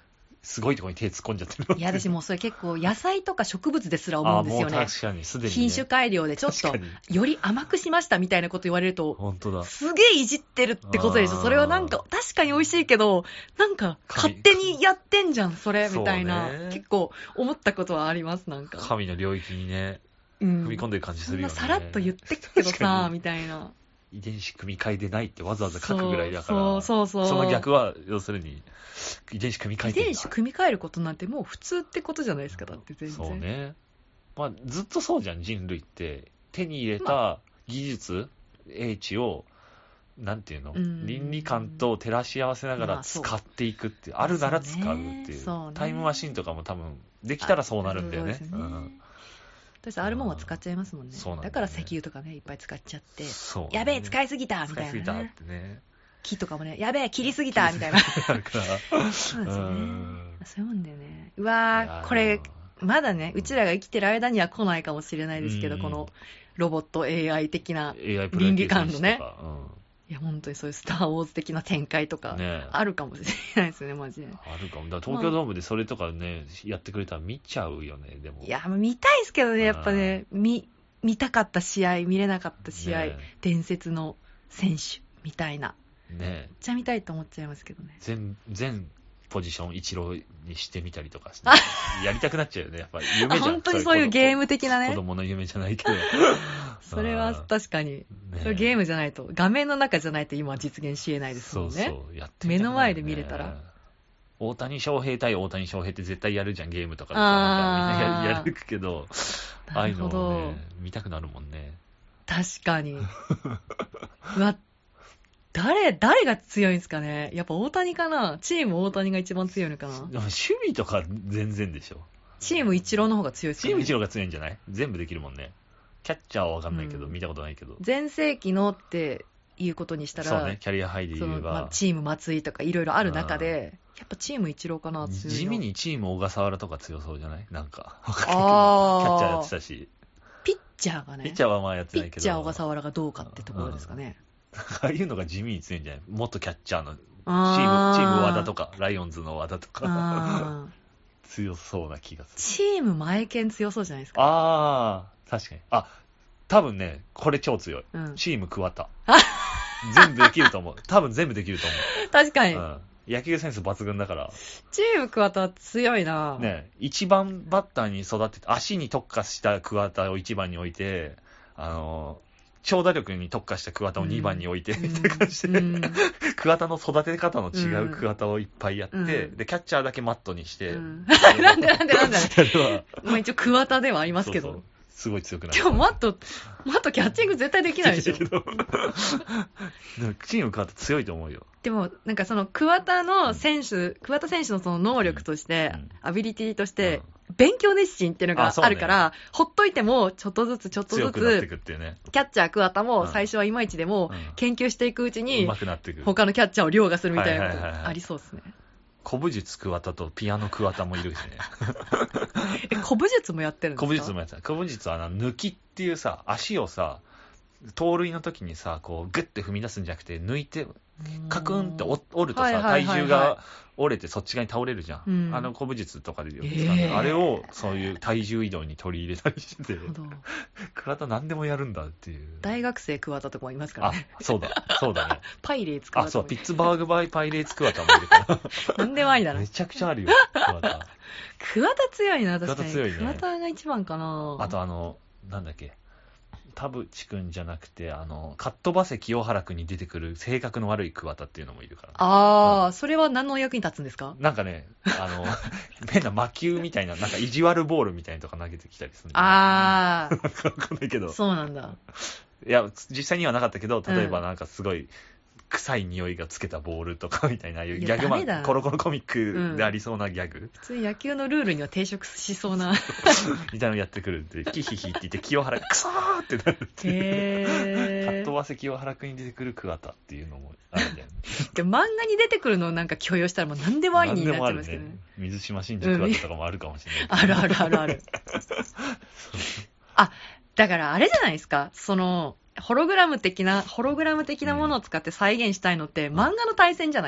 すごいところに手突っ込んじゃってる。 いや、私もうそれ結構野菜とか植物ですら思うんですよね。 もう確かに、すでに、ね。 品種改良でちょっと、より甘くしましたみたいなこと言われると、 本当だ。 すげえいじってるってことでしょ。それはなんか、確かに美味しいけど、なんか、勝手にやってんじゃん、それ、みたいな、結構思ったことはあります、なんか。 神の領域にね、踏み込んでる感じするよね。 そんなさらっと言ってくけどさ、みたいな。 遺伝子組み換えでないってわざわざ書くぐらいだから、 そう。 その逆は、要するに、遺伝子組み換えてる。 遺伝子組み換えることなんてもう普通ってことじゃないですか、だって全然。 そうね。まあ、ずっとそうじゃん、人類って。手に入れた技術、英知を、なんていうの、倫理観と照らし合わせながら使っていくっていう、あるなら使うっていう。タイムマシンとかも多分、できたらそうなるんだよね。 私あるもんは使っちゃいますもんね。 そうなんだよね。 だから石油とかね、いっぱい使っちゃって。 そうね、 やべえ、使いすぎたみたいな、ね。 使いすぎたってね。 木とかもね、やべえ、切りすぎたみたいな。そうですよね。そういうもんだよね。うわー、これ、まだね、うちらが生きてる間には来ないかもしれないですけど、このロボット AI 的な倫理観のね。いや、本当にそういうスター・ウォーズ的な展開とか、あるかもしれないですよね、マジで。 あるかも。だから東京ドームでそれとかね、やってくれたら見ちゃうよね、でも。 いや、見たいですけどね、やっぱね、見たかった試合、見れなかった試合、伝説の選手みたいな。 ね、 めっちゃ見たいと思っちゃいますけどね。 全ポジション一郎にしてみたりとかして、やりたくなっちゃうよね、やっぱり夢じゃん。 本当にそういうゲーム的なね。 子供の夢じゃないけど。 それは確かに、それゲームじゃないと、画面の中じゃないと今は実現し得ないですもんね。 そうやって目の前で見れたら。 大谷翔平対大谷翔平って絶対やるじゃん、ゲームとかでさ。みんなやるけど、ああいうのをね、見たくなるもんね。 確かに。うわ、誰が強いんですかね。やっぱ大谷かな。チーム大谷が一番強いのかな。 でも守備とか全然でしょ。 チームイチローの方が強いですかね。 チームイチローが強いんじゃない？全部できるもんね。キャッチャーは分かんないけど、見たことないけど。 全盛期のっていうことにしたら、 そうね、キャリアハイで言えば。 チーム松井とかいろいろある中で、やっぱチームイチローかな。 地味にチーム小笠原とか強そうじゃない？なんか。キャッチャーやってたし。 ピッチャーがね。 ピッチャーはまあやってないけど。 ピッチャー小笠原がどうかってところですかね。 ああいうのが地味に強いんじゃない？元キャッチャーのチーム和田とか、ライオンズの和田とか。強そうな気がする。チーム前剣強そうじゃないですか。 ああ、確かに。多分ね、これ超強い。チーム桑田。全部できると思う。多分全部できると思う。 確かに。 野球センス抜群だから。 チーム桑田強いな。 ね、一番バッターに育てて、足に特化した桑田を1番に置いて、長打力に特化した桑田を2番に置いて、みたいな感じで、桑田の育て方の違う桑田をいっぱいやって、で、キャッチャーだけマットにして。 なんでまあ一応桑田ではありますけど。 そうすごい強くなる。 でもマットキャッチング絶対できないでしょ。 チーム桑田強いと思うよ。 でも、なんかその桑田選手のその能力として、アビリティとして、勉強熱心っていうのがあるから、ほっといても、ちょっとずつ、強くなってくっていうね。キャッチャー桑田も最初はいまいちでも、研究していくうちに、他のキャッチャーを凌駕するみたいなことありそうですね。 古武術桑田とピアノ桑田もいるしね。 古武術もやってるんですか？ 古武術もやってた。古武術は抜きっていうさ、足をさ、盗塁の時にさ、こうグッて踏み出すんじゃなくて、抜いて、カクンって折るとさ、体重が折れてそっち側に倒れるじゃん。古武術とかで言うんですかね。あれをそういう体重移動に取り入れたりしてて、桑田何でもやるんだっていう。 大学生桑田とかもいますからね。 そうだね。 パイレーツ桑田。 そう、ピッツバーグバイパイレーツ桑田もいるから。 何でもありだな。 めちゃくちゃあるよ、桑田。 桑田強いな、確かに。 桑田強いね。 桑田が一番かな。 あとなんだっけ。田淵くんじゃなくて、かっ飛ばせ清原くんに出てくる性格の悪い桑田っていうのもいるからね。 それは何の役に立つんですか？ なんかね、変な魔球みたいな、なんか意地悪ボールみたいなとか投げてきたりするんだよ。わかんないけど。 そうなんだ。 いや、実際にはなかったけど、例えばなんかすごい、臭い匂いがつけたボールとかみたいな、ギャグマン、コロコロコミックでありそうなギャグ。 普通に野球のルールには抵触しそうな。 みたいなのやってくるんで、キヒヒって言って、清原、クソーってなるっていう。かっ飛ばせ清原くんに出てくる桑田っていうのもあるんだよね。 で漫画に出てくるのをなんか許容したらもう何でもありになっちゃいますけどね。 水島新司桑田とかもあるかもしれない。 ある。だからあれじゃないですか。ホログラム的なものを使って再現したいのって、漫画の対戦じゃないですか。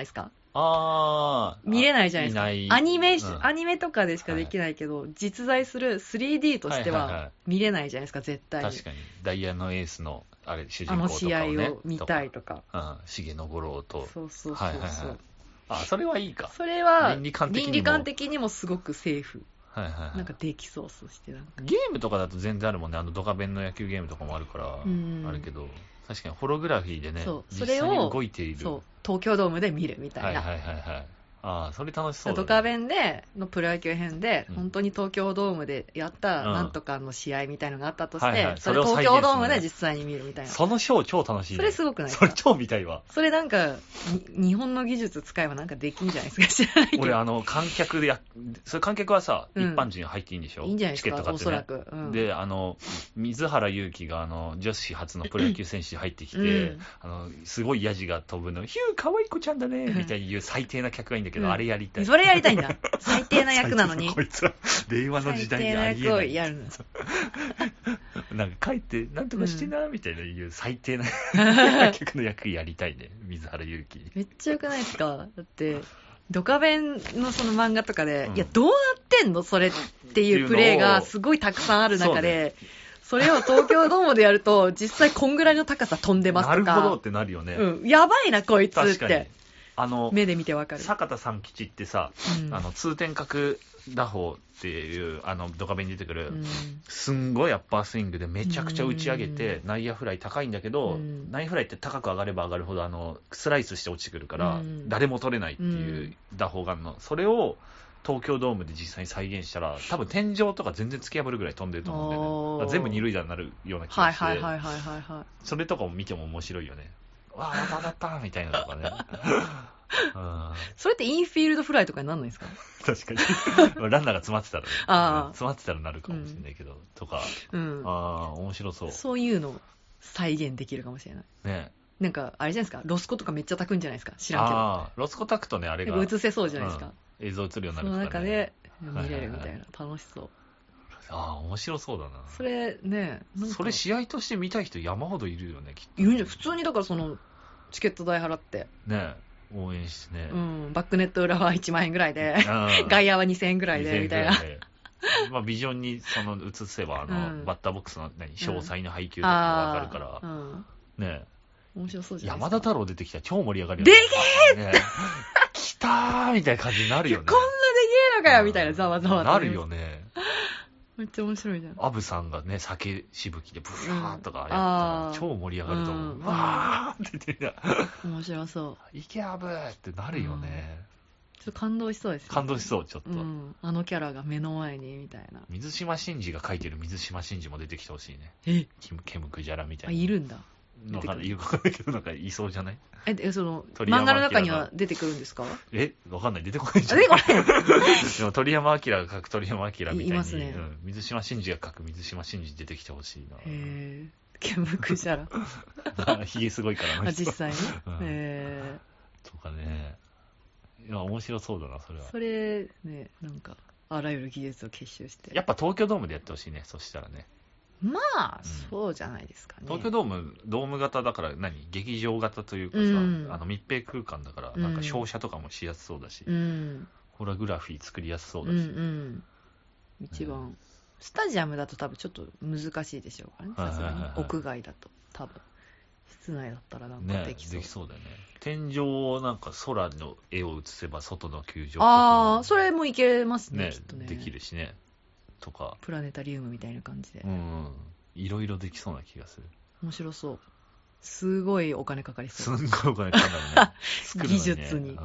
見れないじゃないですか。アニメとかでしかできないけど、実在する 3D としては見れないじゃないですか、絶対に。 確かに。ダイヤのエースの主人公とかをね、 試合を見たいとか。 重野五郎と。 そう。 それはいいか。 それは倫理観的にもすごくセーフ。なんかできそう、そしてなんかゲームとかだと全然あるもんね。ドカベンの野球ゲームとかもあるから、あるけど、確かにホログラフィーでね、実際に動いている。 そう、東京ドームで見るみたいな。 それ楽しそうだね。 ドカベンのプロ野球編で、本当に東京ドームでやったなんとかの試合みたいのがあったとして、それ東京ドームで実際に見るみたいな。 そのショー超楽しいね。 それすごくないですか？ それ超見たいわ。 それなんか、日本の技術使えばなんかできんじゃないですか？知らないけど。 俺観客でそれ観客はさ、一般人入っていいんでしょ？ いいんじゃないですか、 チケット買ってね。 おそらく。 で、水原勇気が女子初のプロ野球選手に入ってきて、すごいヤジが飛ぶの、ヒュー可愛い子ちゃんだね、みたいに言う最低な客がいいんだけど、あれやりたい。 それやりたいんだ。最低な役なのに。 こいつら、令和の時代にありえない。 最低な役をやるの。 なんか帰って、なんとかしてな、みたいな言う最低な客の役やりたいね、水原勇気。 めっちゃよくないですか？だって、ドカベンのその漫画とかで、いや、どうなってんのそれっていうプレイがすごいたくさんある中で、それを東京ドームでやると、実際こんぐらいの高さ飛んでますとか。 なるほどってなるよね。 やばいな、こいつって。 確かに。 目で見てわかる。 坂田三吉ってさ、通天閣打法っていうドカベンに出てくる、すんごいアッパースイングでめちゃくちゃ打ち上げて、内野フライ高いんだけど、内野フライって高く上がれば上がるほどスライスして落ちてくるから、誰も取れないっていう打法があるの。それを東京ドームで実際に再現したら、多分天井とか全然突き破るぐらい飛んでると思うんだよね。全部二塁打になるような気がして、それとかも見ても面白いよね。わあ、当たったみたいなとかね。 それってインフィールドフライとかにならないですか？ 確かに。ランナーが詰まってたらね。詰まってたらなるかもしれないけど、とか。面白そう。 そういうの再現できるかもしれない。 ね。 なんか、あれじゃないですか、ロスコとかめっちゃ炊くんじゃないですか？知らんけど。 ロスコ炊くとね、あれが。 映せそうじゃないですか。 映像映るようになるからね。 その中で見れるみたいな。楽しそう。 面白そうだな。 それね、 それ試合として見たい人山ほどいるよね、きっと。 いるんじゃん。普通にだからチケット代払って。 ね、応援してね。 バックネット裏は1万円ぐらいで、外野は2000円ぐらいで、みたいな。 まあ、ビジョンに映せば、バッターボックスの詳細な配球とかわかるから、ね。 面白そうじゃないですか。 山田太郎出てきたら超盛り上がるよね。 でけー来たーみたいな感じになるよね。 こんなでけーのかよみたいな、ざわざわ。 なるよね。 めっちゃ面白いじゃん。 アブさんがね、酒しぶきでブワーとかやったら超盛り上がると思う。わーって言って面白そう。 いけアブーってなるよね。 ちょっと感動しそうですね。 感動しそう、ちょっと。 あのキャラが目の前に、みたいな。 水島真司が書いてる水島真司も出てきてほしいね。ケムクジャラみたいな。 いるんだ。 なんかいるかないけど、なんかいそうじゃない？ 漫画の中には出てくるんですか？ わかんない。出てこないじゃん。 出てこないでも鳥山明が書く鳥山明みたいに。 いますね。 水島真司が書く水島真司出てきてほしいな。 ケムクジャラ。ひげすごいからね。 実際ね。とかね。いや、面白そうだな、それは。 それ、ね、なんか、あらゆる技術を結集して。 やっぱ東京ドームでやってほしいね、そしたらね。 まあ、そうじゃないですかね。 東京ドーム型だから劇場型というかさ、密閉空間だから、なんか照射とかもしやすそうだし、ホログラフィー作りやすそうだし。 一番、スタジアムだと多分ちょっと難しいでしょうからね、さすがに。屋外だと、多分。室内だったらなんかできそう。 できそうだよね。天井をなんか空の絵を映せば外の球場ああ、それもいけますね、きっとね。 できるしね。とかプラネタリウムみたいな感じでいろいろできそうな気がする。 面白そう。すごいお金かかりそう。 すんごいお金かかるね。 技術に。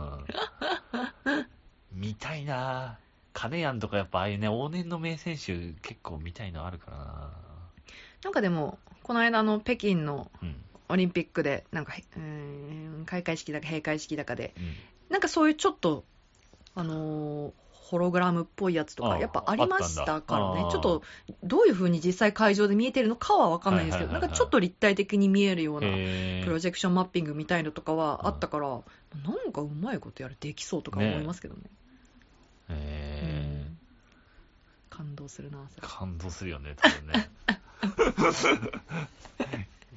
見たいな。金やんとかやっぱああいうね、往年の名選手結構見たいのあるからな。 なんかでもこの間の北京のオリンピックでなんか開会式だか閉会式だかで、なんかそういうちょっとホログラムっぽいやつとかやっぱありましたからね。ちょっとどういう風に実際会場で見えてるのかは分かんないんですけど、なんかちょっと立体的に見えるようなプロジェクションマッピングみたいのとかはあったから、なんかうまいことやるできそうとか思いますけどね。感動するな。 感動するよね、多分ね。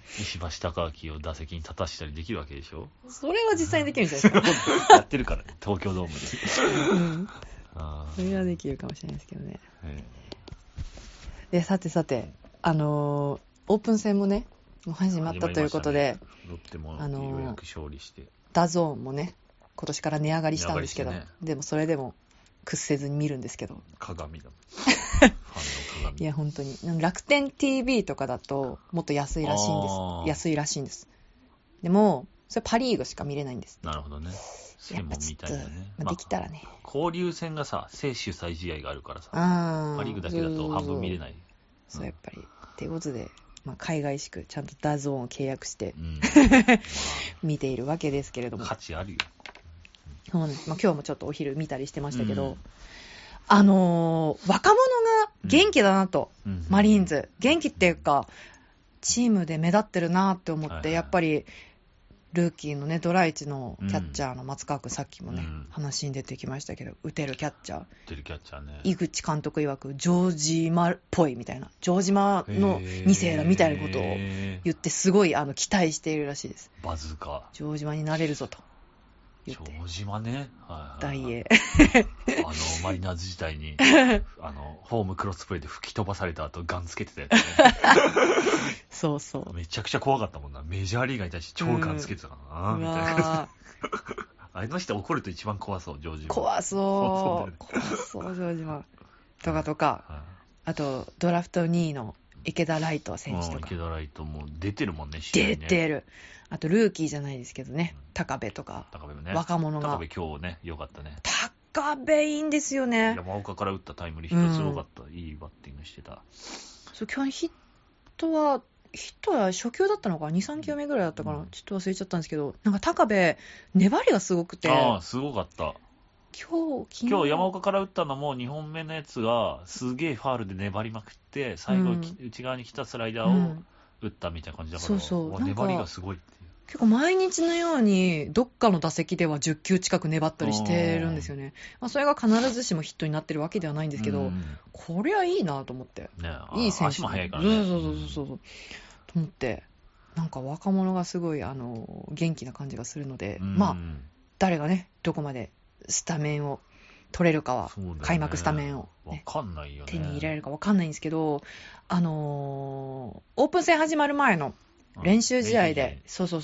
石橋貴明を打席に立たしたりできるわけでしょ。 それは実際にできるんじゃないですか。 やってるからね、東京ドームで。 うん。それはできるかもしれないですけどね。で、さて、オープン戦もね、もう始まったということで、 ロッテもようやく勝利して。 ダゾーンもね、今年から値上がりしたんですけど、 ね、 でもそれでも屈せずに見るんですけど。 鏡だ。ファンの鏡。 いや、本当に。楽天 TV とかだと、もっと安いらしいんです。安いらしいんです。でも、それパリーグしか見れないんです。 なるほどね。 やっぱちょっと、できたらね。 交流戦がさ、正主催試合があるからさ、パリーグだけだと半分見れない。 そう、やっぱり。っていうことで、海外しくちゃんとダゾーンを契約して、見ているわけですけれども。 価値あるよ。 そうなんです。今日もちょっとお昼見たりしてましたけど、若者が元気だなと、マリーンズ。元気っていうか、チームで目立ってるなって思って、やっぱり、ルーキーのね、ドラ1のキャッチャーの松川君、さっきもね、話に出てきましたけど、打てるキャッチャー。 打てるキャッチャーね。 井口監督曰く、城島っぽいみたいな、城島の2世だみたいなことを言って、すごい期待しているらしいです。 バズか。 城島になれるぞと。 城島ね。 大英。 マリナーズ時代に、ホームクロスプレーで吹き飛ばされた後、ガンつけてたやつね。 そうそう。 めちゃくちゃ怖かったもんな。メジャーリーガーに対して超ガンつけてたからな、みたいな感じ。あれの人怒ると一番怖そう、城島。 怖そう。怖そう、城島。とか。あと、ドラフト2位の池田ライト選手とか。 池田ライトも出てるもんね、試合ね。 出てる。あと、ルーキーじゃないですけどね。高部とか。 高部ね。 若者が。 高部今日ね、良かったね。 高部いいんですよね。 山岡から打ったタイムリーヒットすごかった。いいバッティングしてた。 そう、今日ヒットは初球だったのか 2,3 球目ぐらいだったかな、ちょっと忘れちゃったんですけど、なんか高部粘りがすごくて。 すごかった。 今日山岡から打ったのも2本目のやつがすげえファールで粘りまくって、最後、内側に来たスライダーを打ったみたいな感じだから、 そう粘りがすごいっていう。 結構毎日のようにどっかの打席では10球近く粘ったりしてるんですよね。それが必ずしもヒットになってるわけではないんですけど、これはいいなと思って。いい選手。 足も速いからね。 そうと思って、なんか若者がすごい元気な感じがするので、誰がね、どこまでスタメンを取れるかは、開幕スタメンを、 わかんないよね。 手に入れられるかわかんないんですけど、オープン戦始まる前の練習試合で、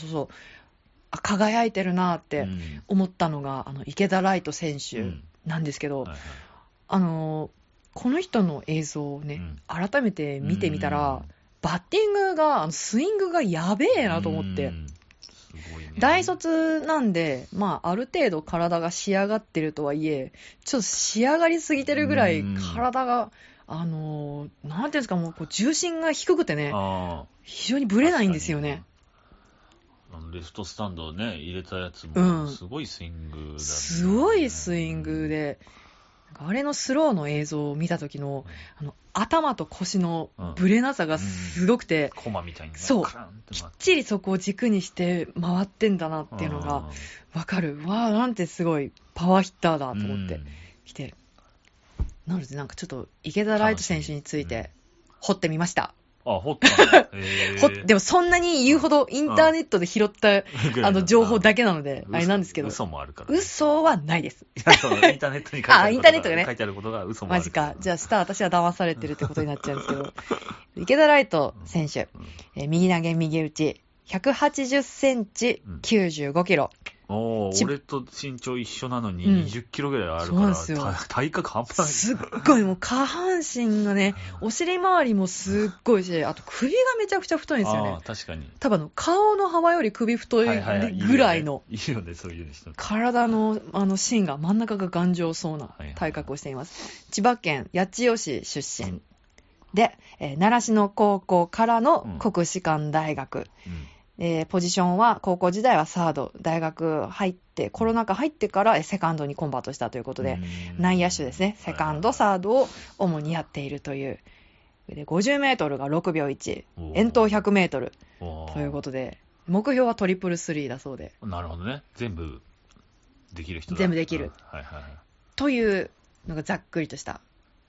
輝いてるなって思ったのが、池田ライト選手なんですけど、この人の映像をね、改めて見てみたら、バッティングが、スイングがやべえなと思って、大卒なんで、ある程度体が仕上がってるとはいえ、ちょっと仕上がりすぎてるぐらい体が、なんていうんですか、もう重心が低くてね、非常にブレないんですよね。 レフトスタンドをね、入れたやつも、すごいスイングだね。 すごいスイングで、あれのスローの映像を見た時の、頭と腰のブレなさがすごくて、 コマみたいにね、 そう、きっちりそこを軸にして回ってんだなっていうのがわかる。わー、なんてすごいパワーヒッターだと思ってきて、なのでなんかちょっと池田ライト選手について掘ってみました。 掘ったんだ。 でもそんなに言うほどインターネットで拾った情報だけなので、あれなんですけど。 嘘もあるから。 嘘はないです。 インターネットに書いてあることが嘘もある。 マジか。じゃあ私は騙されてるってことになっちゃうんですけど。池田ライト選手、右投げ右打ち、180センチ、95キロ。 俺と身長一緒なのに20キロぐらいあるから、体格半端ない。 すっごい、もう下半身がね、お尻周りもすっごいし、あと首がめちゃくちゃ太いんですよね。 確かに。 多分顔の幅より首太いぐらいの、 いるよね、そういう人。 体の芯が真ん中が頑丈そうな体格をしています。千葉県八千代市出身で、習志野高校からの国士舘大学。ポジションは高校時代はサード、大学入ってコロナ禍入ってからセカンドにコンバートしたということで、内野手ですね、セカンド、サードを主にやっているという。で50メートルが6秒1、遠投100メートルということで、目標はトリプルスリーだそうで。 なるほどね、全部できる人だ。 全部できる、というのがざっくりとした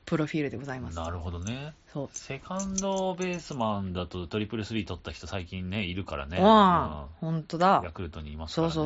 プロフィールでございます。 なるほどね。 そう。 セカンドベースマンだとトリプルスリー取った人最近ね、いるからね。 ほんとだ。 ヤクルトにいますからね。 そう。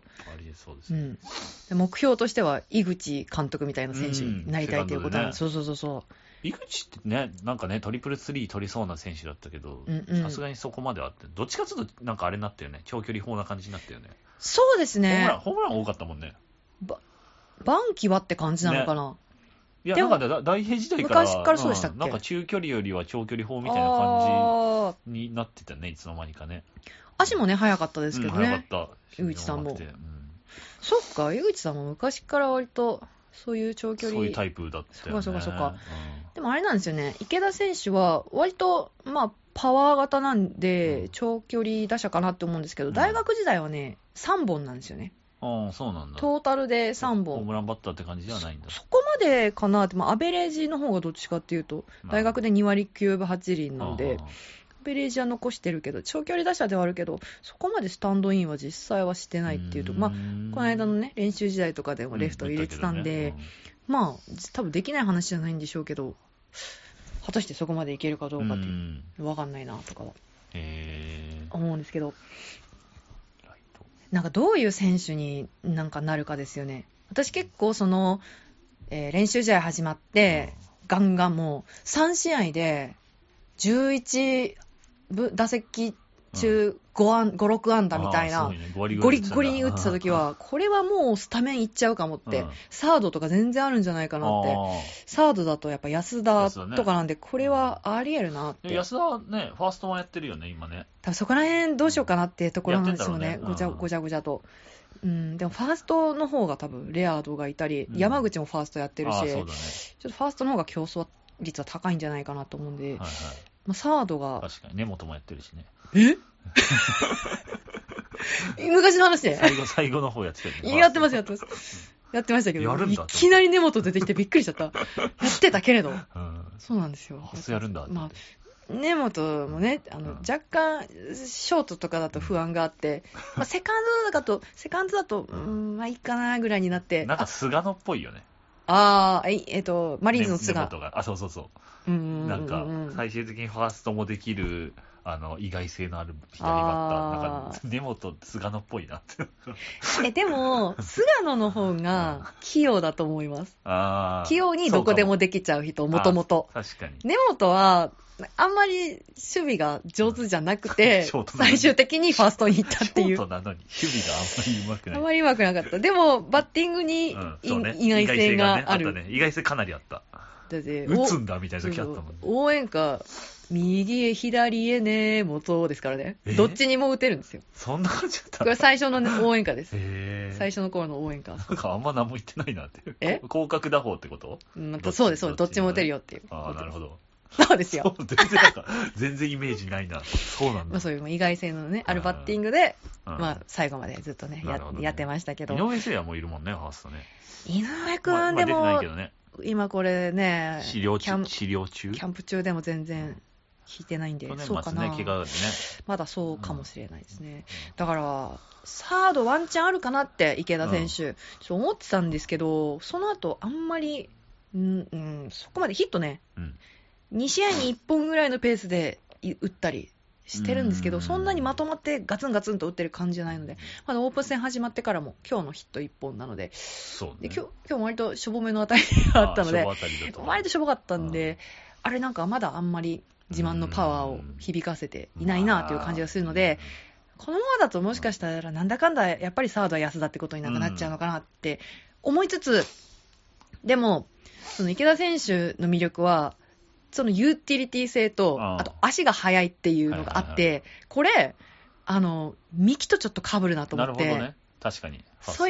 ありそうですね。 で目標としては、井口監督みたいな選手になりたいということなんです。そう。 井口ってね、なんかね、トリプルスリー取りそうな選手だったけど、さすがにそこまではあって、どっちかというと、なんかあれになったよね。長距離砲な感じになったよね。 そうですね。 ホームラン多かったもんね。 バンキはって感じなのかな。 いや、なんか大平時代から、 昔からそうでしたっけ？ なんか中距離よりは長距離砲みたいな感じになってたね、いつの間にかね。 足もね、速かったですけどね。 速かった。 井口さんも。そっか、井口さんも昔から割と、そういう長距離。 そういうタイプだったよね。 そうか。でもあれなんですよね、池田選手は割と、パワー型なんで、長距離打者かなって思うんですけど、大学時代はね、3本なんですよね。 そうなんだ。 トータルで3本。 ホームランバッターって感じではないんだ。 そこまでかなって、アベレージの方がどっちかっていうと、大学で2割9分8厘なんで、アベレージは残してるけど、長距離打者ではあるけど、そこまでスタンドインは実際はしてないっていうと、この間のね、練習時代とかでもレフト入れてたんで、多分できない話じゃないんでしょうけど、果たしてそこまでいけるかどうかって分かんないなとかは思うんですけど、なんかどういう選手になんかなるかですよね。私結構練習試合始まってガンガンもう3試合で11打席中5、6安打みたいな、ゴリゴリに打ってた時は、これはもうスタメンいっちゃうかもって、サードとか全然あるんじゃないかなって、サードだとやっぱ安田とかなんで、これはありえるなって。 安田はね、ファーストもやってるよね、今ね。 多分そこら辺どうしようかなっていうところなんですよね、ごちゃごちゃと。でもファーストの方が多分レアードがいたり、山口もファーストやってるし、ちょっとファーストの方が競争率は高いんじゃないかなと思うんで、サードが。 確かに根本もやってるしね。 昔の話で最後の方やってたよね。 やってます。やってましたけど、いきなり根本出てきてびっくりしちゃった。やってたけれど。そうなんですよ。 初やるんだ。 根本もね、若干、ショートとかだと不安があって、セカンドだと、いいかなぐらいになって。 なんか菅野っぽいよね。 マリーンズの菅野。 そう。なんか、最終的にファーストもできる、意外性のある左バッター。なんか、根本、菅野っぽいなって。 でも、菅野の方が器用だと思います。器用にどこでもできちゃう人、もともと。 確かに。 根本は、あんまり守備が上手じゃなくて、最終的にファーストに行ったっていう。 ショートなのに守備があんまり上手くない。 あんまり上手くなかった。でも、バッティングに意外性がある。 意外性かなりあった。 だって打つんだみたいな時あったもんね。 応援歌、右へ左へね、元ですからね。どっちにも打てるんですよ。 そんな感じだった。 これ最初の応援歌です。最初の頃の応援歌。 なんかあんま何も言ってないなって。広角打法ってこと？ そうです。どっちも打てるよっていう。 なるほど。 そうですよ。 全然イメージないな。そうなんだ。 そういう意外性のね、あるバッティングで、最後までずっとね、やってましたけど。 井上誠也もいるもんね、ファーストね。 井上くんでも、今これね、 治療中キャンプ中でも全然引いてないんで、そうかな。まだそうかもしれないですね。だから、サードワンチャンあるかなって、池田選手、ちょっと思ってたんですけど、その後、あんまり、そこまでヒットね、2試合に1本ぐらいのペースで打ったりしてるんですけど、そんなにまとまってガツンガツンと打ってる感じじゃないので、まだオープン戦始まってからも今日のヒット1本なので、で今日も割としょぼめの当たりがあったので、割としょぼかったんで、あれなんかまだあんまり自慢のパワーを響かせていないなという感じがするので、このままだともしかしたらなんだかんだやっぱりサードは安田ってことになっちゃうのかなって思いつつ、でもその池田選手の魅力はそのユーティリティ性と、あと足が速いっていうのがあって、これミキとちょっと被るなと思って。 なるほどね。確かに。 そう。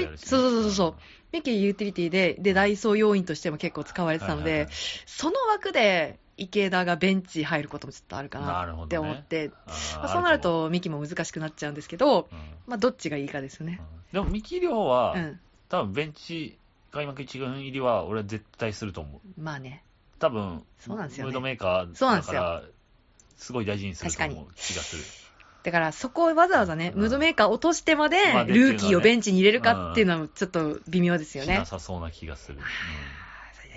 ミキユーティリティでダイソー要員としても結構使われてたので、その枠で池田がベンチ入ることもちょっとあるかなって思って、そうなるとミキも難しくなっちゃうんですけど、どっちがいいかですよね。 でもミキ亮は、多分ベンチ開幕1軍入りは俺は絶対すると思う。 まあね。 多分、ムードメーカーだから、すごい大事にすると思う気がする。 だから、そこをわざわざね、ムードメーカー落としてまで、ルーキーをベンチに入れるかっていうのは、ちょっと微妙ですよね。 なさそうな気がする。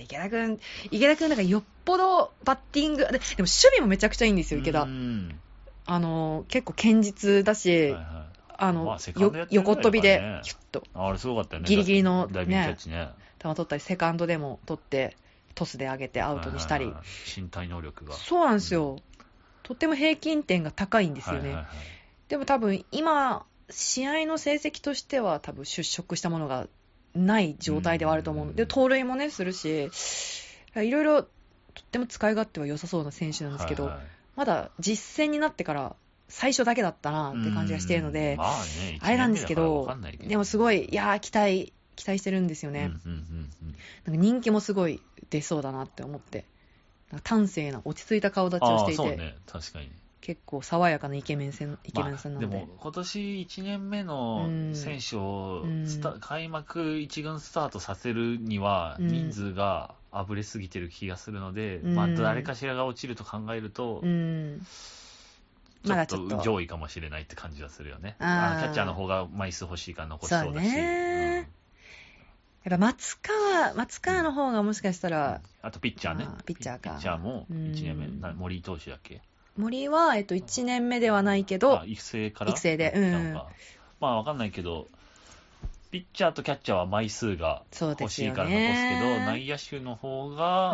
池田くんなんかよっぽどバッティング、でも守備もめちゃくちゃいいんですよ、池田。結構堅実だし、横飛びで、キュッと。 あれすごかったよね。 ギリギリのダイビングキャッチね。 球取ったり、セカンドでも取って、トスで上げてアウトにしたり。 身体能力が。 そうなんですよ。とっても平均点が高いんですよね。でも多分今、試合の成績としては多分出色したものがない状態ではあると思うので、盗塁もね、するし、いろいろとっても使い勝手は良さそうな選手なんですけど、まだ実戦になってから最初だけだったなって感じがしているので、あれなんですけど、でもすごい、いやー、期待してるんですよね。なんか人気もすごい出そうだなって思って、なんか端正な落ち着いた顔立ちをしていて、 そうね、確かに。 結構爽やかなイケメンさんなので、 でも今年1年目の選手を開幕1軍スタートさせるには人数があぶれすぎてる気がするので、誰かしらが落ちると考えると、ちょっと上位かもしれないって感じはするよね。キャッチャーの方が枚数欲しいから残しそうだし。やっぱ松川の方がもしかしたら、 あとピッチャーね。 ピッチャーも1年目、森投手だっけ？ 森は、1年目ではないけど、 育成から育成で。 わかんないけど、ピッチャーとキャッチャーは枚数が欲しいから残すけど、内野手の方が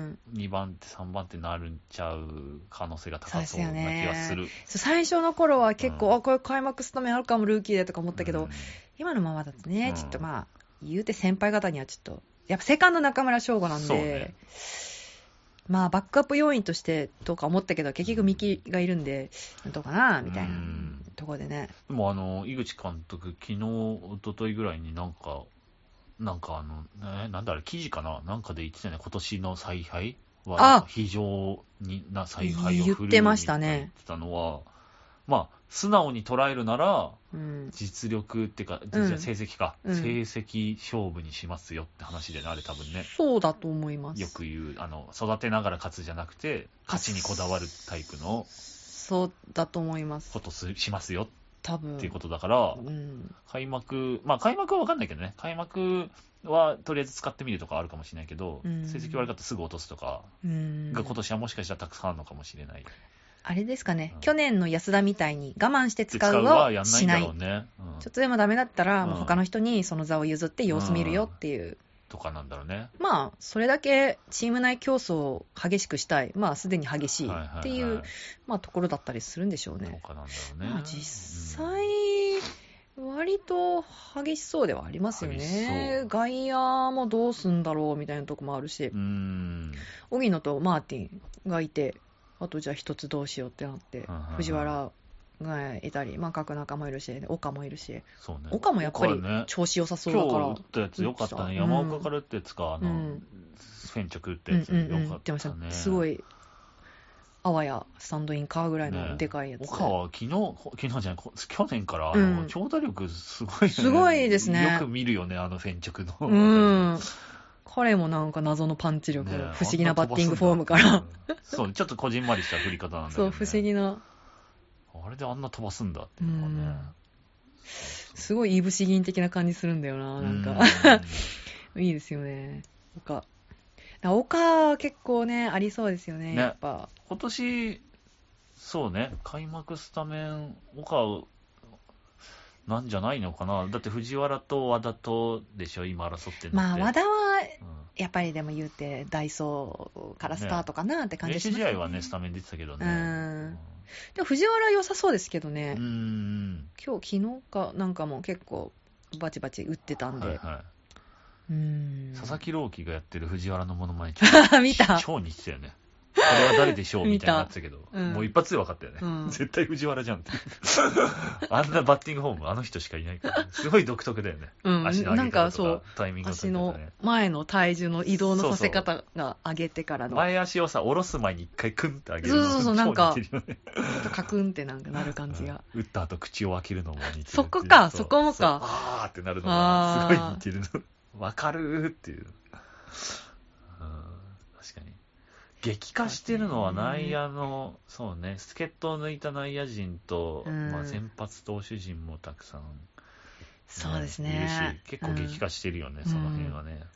2番手、3番手になるんちゃう可能性が高そうな気がする。 最初の頃は結構、これ開幕スタメンあるかもルーキーでとか思ったけど、今のままだとね、ちょっと言うて先輩方にはちょっと、やっぱセカンド中村奨吾なんで、バックアップ要員としてとか思ったけど、結局ミキがいるんで、どうかなみたいなところでね。 でも井口監督、昨日、一昨日ぐらいになんかなんだあれ、記事かななんかで言ってたね、今年の采配は非常な采配を振る言ってましたね。 言ってたのは、素直に捉えるなら、実力っていうか、成績か、成績勝負にしますよって話でね、あれ多分ね。 そうだと思います。 よく言う、育てながら勝つじゃなくて、勝ちにこだわるタイプの、 そうだと思います。 ことしますよ多分っていうことだから、開幕は分かんないけどね、開幕はとりあえず使ってみるとかあるかもしれないけど、成績悪かったらすぐ落とすとかが今年はもしかしたらたくさんあるのかもしれない。 あれですかね、去年の安田みたいに我慢して使うはしない。ちょっとでもダメだったら、他の人にその座を譲って様子見るよっていう。 とかなんだろうね。 それだけチーム内競争を激しくしたい。すでに激しいっていう、ところだったりするんでしょうね。 とかなんだろうね。 実際、割と激しそうではありますよね。外野もどうすんだろうみたいなとこもあるし、荻野とマーティンがいて、あとじゃあ一つどうしようってなって、藤原がいたり、角中もいるし、岡もいるし、岡もやっぱり調子良さそうだから。 今日打ったやつ良かったね。山岡から打ったやつか、フェンチョク打ったやつ良かったね。 すごい、あわやスタンドインカーぐらいのでかいやつ。 岡は昨日じゃない、去年から長打力すごいよね。 すごいですね。 よく見るよね、フェンチョクの。 彼もなんか謎のパンチ力、不思議なバッティングフォームから。 そう、ちょっとこじんまりした振り方なんだけど、 そう、不思議な。 あれであんな飛ばすんだっていうのがね。 すごいいぶし銀的な感じするんだよな、なんか。いいですよね。岡結構ね、ありそうですよね、やっぱ。 今年、そうね、開幕スタメン、岡なんじゃないのかな。だって藤原と和田とでしょ、今争ってるのって。 和田はやっぱりでも言うてダイソーからスタートかなって感じしますね。 練習試合はね、スタメン出てたけどね。 でも藤原良さそうですけどね。昨日かなんかも結構バチバチ打ってたんで。 佐々木朗希がやってる藤原のモノマネ見た。 超似てたよね。これは誰でしょうみたいになってたけど、もう一発で分かったよね。絶対藤原じゃんって。あんなバッティングフォーム、あの人しかいないから、すごい独特だよね。足の上げ方とか、タイミングとか、 足の前の体重の移動のさせ方が上げてからの。 前足を下ろす前に一回クンって上げるの。 そう、なんか、カクンってなんかなる感じが。 打った後口を開けるのも似てる。 そこか、そこもか。 あーってなるのがすごい似てるの。分かるーっていう。確かに。激化してるのは内野の、そうね、助っ人を抜いた内野陣と、先発投手陣もたくさん、 そうですね。 いるし、結構激化してるよね、その辺はね。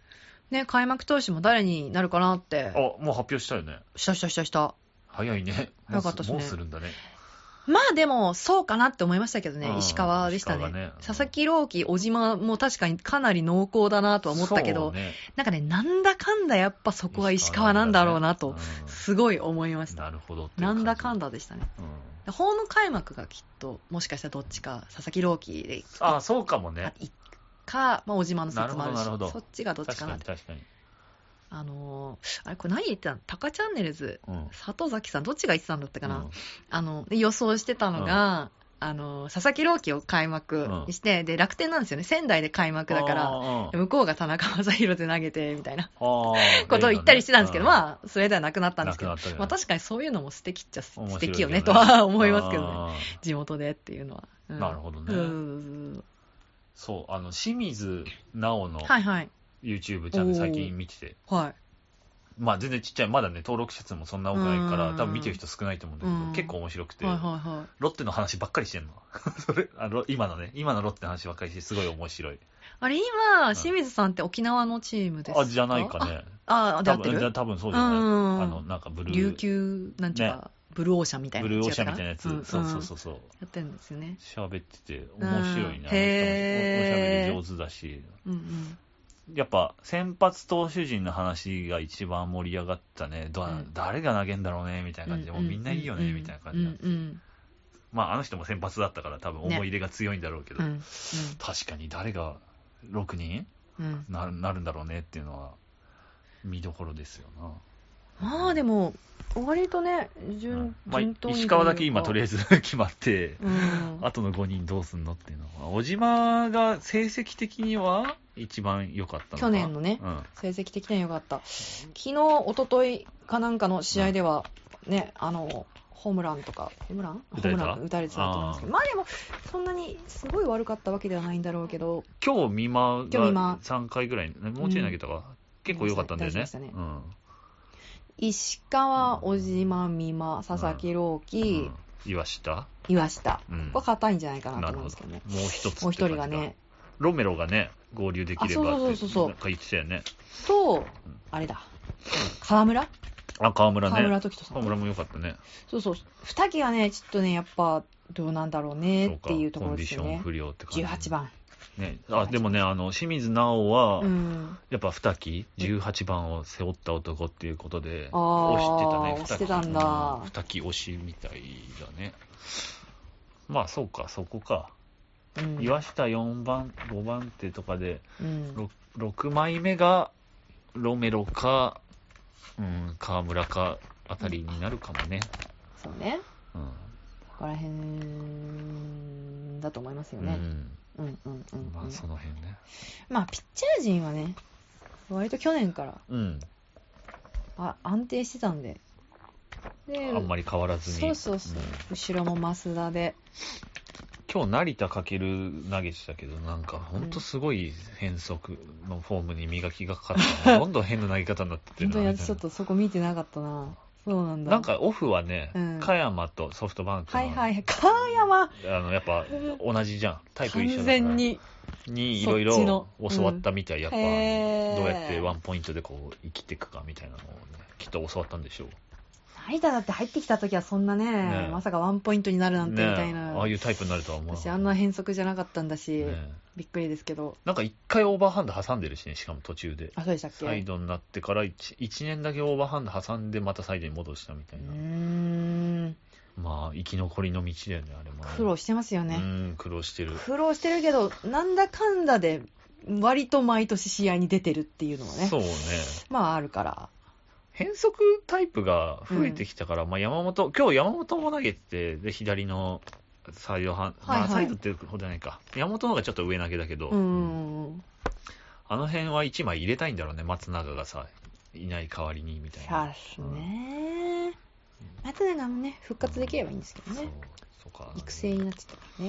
ね、開幕投手も誰になるかなって。 あ、もう発表したよね。 した。 早いね。 早かったですね。 もうするんだね。 まあでも、そうかなって思いましたけどね、 うん石川でしたね。 石川ね佐々木朗希、小島も確かにかなり濃厚だなとは思ったけど、 ね、 なんかね、なんだかんだやっぱそこは石川なんだろうなと、 ね、 すごい思いました。 なるほど。 なんだかんだでしたね。ホーム開幕がきっと、もしかしたらどっちか、佐々木朗希で。 あ、そうかもね。 か、まあ、小島の説もあるし、 なるほどそっちがどっちかなって。 確かに。 あれ、これ何言ってたの？タカチャンネルズ、佐藤崎さん、どっちが言ってたんだったかな、で予想してたのが、佐々木朗希を開幕にして、で、楽天なんですよね。仙台で開幕だから、向こうが田中将大で投げて、みたいなことを言ったりしてたんですけど、まあ、それではなくなったんですけど、まあ確かにそういうのも素敵っちゃ素敵よね、とは思いますけどね。地元でっていうのは。 なるほどね。そう、清水直の、YouTube チャンネル最近見てて。 はい。 まあ全然ちっちゃい、まだね、登録者数もそんな多くないから、多分見てる人少ないと思うんだけど、結構面白くて、ロッテの話ばっかりしてんの。それ、今のロッテの話ばっかりして、すごい面白い。 あれ、今、清水さんって沖縄のチームですか？ じゃないかね。 で合ってる？ 多分そうじゃない。なんか琉球、なんちゅうか、ブルーオーシャンみたいな。 ブルーオーシャンみたいなやつ。そう。 やってるんですよね。 喋ってて、面白いな。おしゃべり上手だし。やっぱ先発投手陣の話が一番盛り上がったね。誰が投げんだろうねみたいな感じで、もうみんないいよねみたいな感じなんです。まああの人も先発だったから多分思い入れが強いんだろうけど、確かに誰が6人なるんだろうねっていうのは見どころですよな。 まあでも割とね、順当に石川だけ今とりあえず決まって、あとの5人どうすんのっていうのは、小島が成績的には一番良かったのか。 去年のね、成績的には良かった。昨日、一昨日かなんかの試合では、ね、ホームラン打たれてたと思うんですけど、まあでも、そんなにすごい悪かったわけではないんだろうけど、 今日、美馬が3回ぐらい、もうちょい投げたか、結構良かったんだよね。 石川、小島、美馬、佐々木朗希、 岩下。 これ硬いんじゃないかなと思うんですけどね。 もう一つ。 もう一人がね。 ロメロがね、合流できればってなんか言ってたよね。 と、あれだ。河村河村ね。 河村時人さん。 河村も良かったね。 そう。二木はね、ちょっとね、やっぱ、どうなんだろうねっていうところですよね。 コンディション不良って感じ。 18番。 ね、でもね、清水直は、やっぱ二木、18番を背負った男っていうことで、推してたね。 推してたんだ。 二木推しみたいだね。まあ、そうか、そこか。岩下4番、5番手とかで、6枚目がロメロか、河村かあたりになるかもね。 そうね。ここら辺だと思いますよね。 まあその辺ね。 まあピッチャー陣はね、割と去年から安定してたんで。 あんまり変わらずに。 そう。後ろも増田で。 今日成田翔投げてたけど、なんかほんとすごい変則のフォームに磨きがかかったどんどん変な投げ方になっててるな。 本当にちょっとそこ見てなかったな。そうなんだ。 なんかオフはね、加山とソフトバンクの。 加山やっぱ同じじゃん。タイプ一緒だから。 完全にいろいろ教わったみたい。やっぱ、どうやってワンポイントでこう生きていくかみたいなのをね、きっと教わったんでしょう。 成田だって入ってきた時はそんなね、まさかワンポイントになるなんてみたいな。 ああいうタイプになるとは思う。 私あんな変則じゃなかったんだし、びっくりですけど。 なんか一回オーバーハンド挟んでるしね、しかも途中で。 そうでしたっけ？ サイドになってから1年だけオーバーハンド挟んでまたサイドに戻したみたいな。まあ生き残りの道だよね、あれも。 苦労してますよね。 苦労してるけど、なんだかんだで割と毎年試合に出てるっていうのはね。 そうね。 まああるから。 変則タイプが増えてきたから、まあ今日山本も投げて、で、左のサイドハンド、まあサイドってことじゃないか。山本の方がちょっと上投げだけど、あの辺は1枚入れたいんだろうね、松永がさ、いない代わりにみたいな。 そうですね。松永もね、復活できればいいんですけどね。 そうか。 育成になっちゃったからね。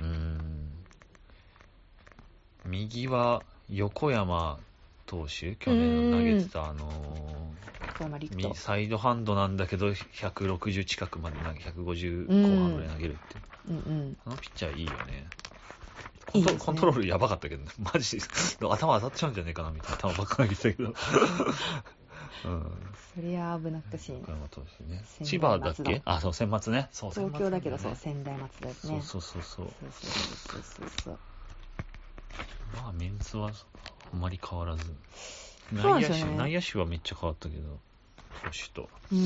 右は横山投手、去年の投げてたサイドハンドなんだけど160近くまで投げ150後半ぐらい投げるっていう、あのピッチャーいいよね。 いいですねコントロールやばかったけどね。マジで頭当たっちゃうんじゃねえかなみたいな頭ばっかりしたけど。 そりゃ危なっかしいね。 千葉だっけ？あ、そう、選抜ね。そう、 東京だけど、そう、専大松戸ですね。 そう。まあ、メンツはあんまり変わらず。内野手はめっちゃ変わったけど、投手と。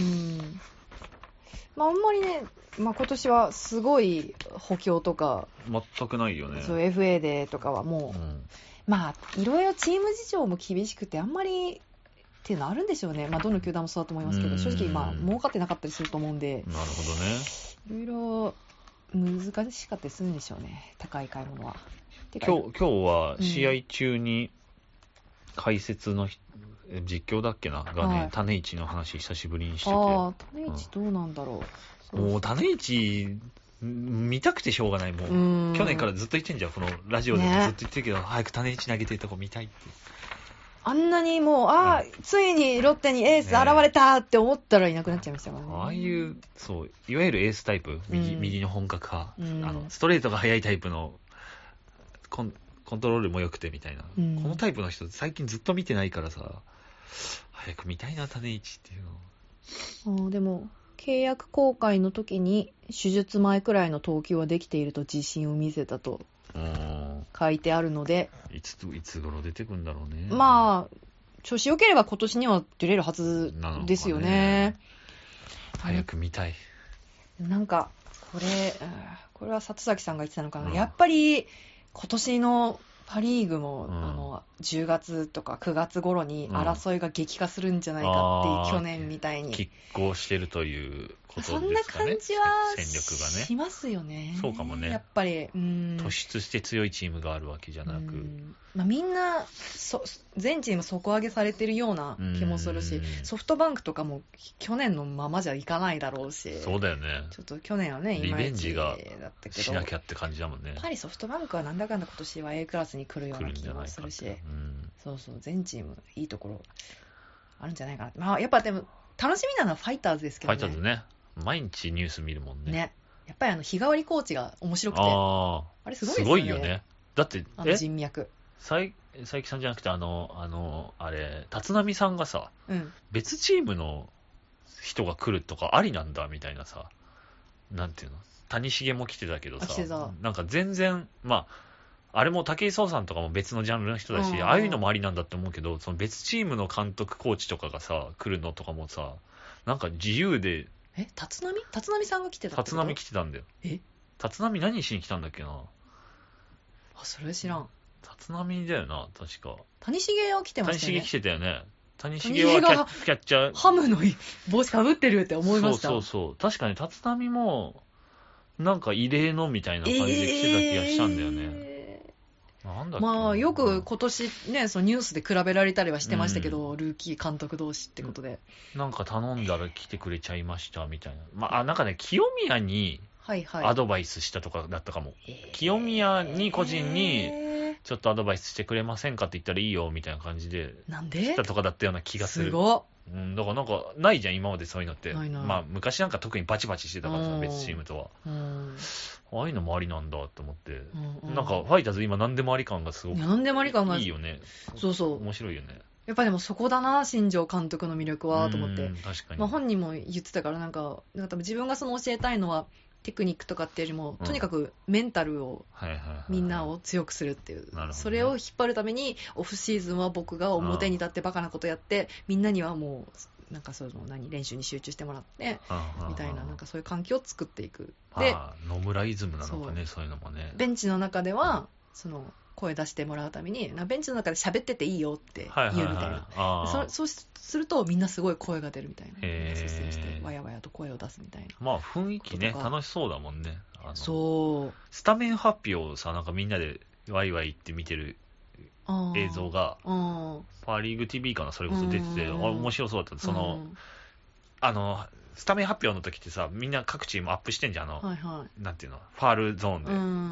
まあ、あんまりね、まあ、今年はすごい補強とか、 全くないよね。 そう、FA でとかはもう、まあ、いろいろチーム事情も厳しくて、あんまりっていうのあるんでしょうね。まあ、どの球団もそうだと思いますけど、正直、まあ、儲かってなかったりすると思うんで、 なるほどね。 いろいろ難しかったりするんでしょうね、高い買い物は。 今日は試合中に解説の実況だっけながね、種市の話久しぶりにしてて。 種市どうなんだろう。 もう種市見たくてしょうがない。もう去年からずっと言ってんじゃん。このラジオでもずっと言ってるけど、早く種市投げてるとこ見たいって。 あんなにもう、ついにロッテにエース現れたって思ったらいなくなっちゃいましたからね。 ああいう、そう、いわゆるエースタイプ、右の本格派、ストレートが速いタイプのコントロールも良くてみたいな、このタイプの人最近ずっと見てないからさ、早く見たいな、種市っていうの。 でも、契約更改の時に手術前くらいの投球はできていると自信を見せたと書いてあるので、 いつ頃出てくるんだろうね。 まあ調子良ければ今年には出れるはずですよね。 早く見たい。 なんかこれは里崎さんが言ってたのかな、やっぱり今年のパリーグも、10月とか9月頃に争いが激化するんじゃないかっていう、去年みたいに拮抗してるということですかね。 そんな感じは戦力がねしますよね。 そうかもね。 やっぱり突出して強いチームがあるわけじゃなく、 まあ、みんな全チーム底上げされてるような気もするし、ソフトバンクとかも去年のままじゃいかないだろうし。 そうだよね。 ちょっと去年はね、 リベンジがしなきゃって感じだもんね。 やっぱりソフトバンクはなんだかんだ今年は A クラスに来るような気もするし、そう全チームいいところあるんじゃないかな。まあやっぱでも楽しみなのはファイターズですけどね。 ファイターズね、毎日ニュース見るもんね。 やっぱり日替わりコーチが面白くて、あれすごいですよね。 すごいよね。だって人脈。 佐伯さんじゃなくてあれ立浪さんがさ、別チームの人が来るとかありなんだみたいなさ、なんていうの、谷繁も来てたけどさ、なんか全然、まああれも武井壮さんとかも別のジャンルの人だし、ああいうのもありなんだって思うけど、その別チームの監督コーチとかがさ来るのとかもさ、なんか自由で。 立浪さんが来てたってこと？ 立浪来てたんだよ。立浪何しに来たんだっけな。 それ知らん。 立浪だよな、確か。 谷繁は来てましたね。 谷繁来てたよね。谷繁はキャッチャー。 ハムの帽子かぶってるって思いました。 そう。確かに立浪も、なんか異例のみたいな感じで来てた気がしたんだよね。なんだっけ。 まあ、よく今年ね、そのニュースで比べられたりはしてましたけど、ルーキー監督同士ってことで。 なんか頼んだら来てくれちゃいましたみたいな。まあ、なんかね、清宮にアドバイスしたとかだったかも。清宮に個人に、ちょっとアドバイスしてくれませんかって言ったらいいよみたいな感じで。 なんで？ 来たとかだったような気がする。 すごっ。 だからなんかないじゃん今までそういうのって。 ない。 まあ昔なんか特にバチバチしてたからさ、別チームとは。ああいうのもありなんだって思って、なんかファイターズ今何でもあり感がすごく何でもあり感がいいよね。 そう面白いよね。 やっぱでもそこだな、新庄監督の魅力はと思って。 確かに。 まあ本人も言ってたからなんか多分自分がその教えたいのはテクニックとかっていうよりも、とにかくメンタルを、みんなを強くするっていう、それを引っ張るためにオフシーズンは僕が表に立ってバカなことやって、みんなにはもうなんかそういうの練習に集中してもらってみたいな、なんかそういう環境を作っていく。で、 野村イズムなのかね、そういうのもね。 ベンチの中ではその声出してもらうためにベンチの中で喋ってていいよって言うみたいな。そうするとみんなすごい声が出るみたいな。率先してわやわやと声を出すみたいな。 まあ雰囲気ね、楽しそうだもんね。 そう。 スタメン発表をさ、なんかみんなでワイワイって見てる映像がパーリーグ TV かな、それこそ出てて、面白そうだった。そのスタメン発表の時ってさ、みんな各チームアップしてんじゃん、なんていうの、ファールゾーンで。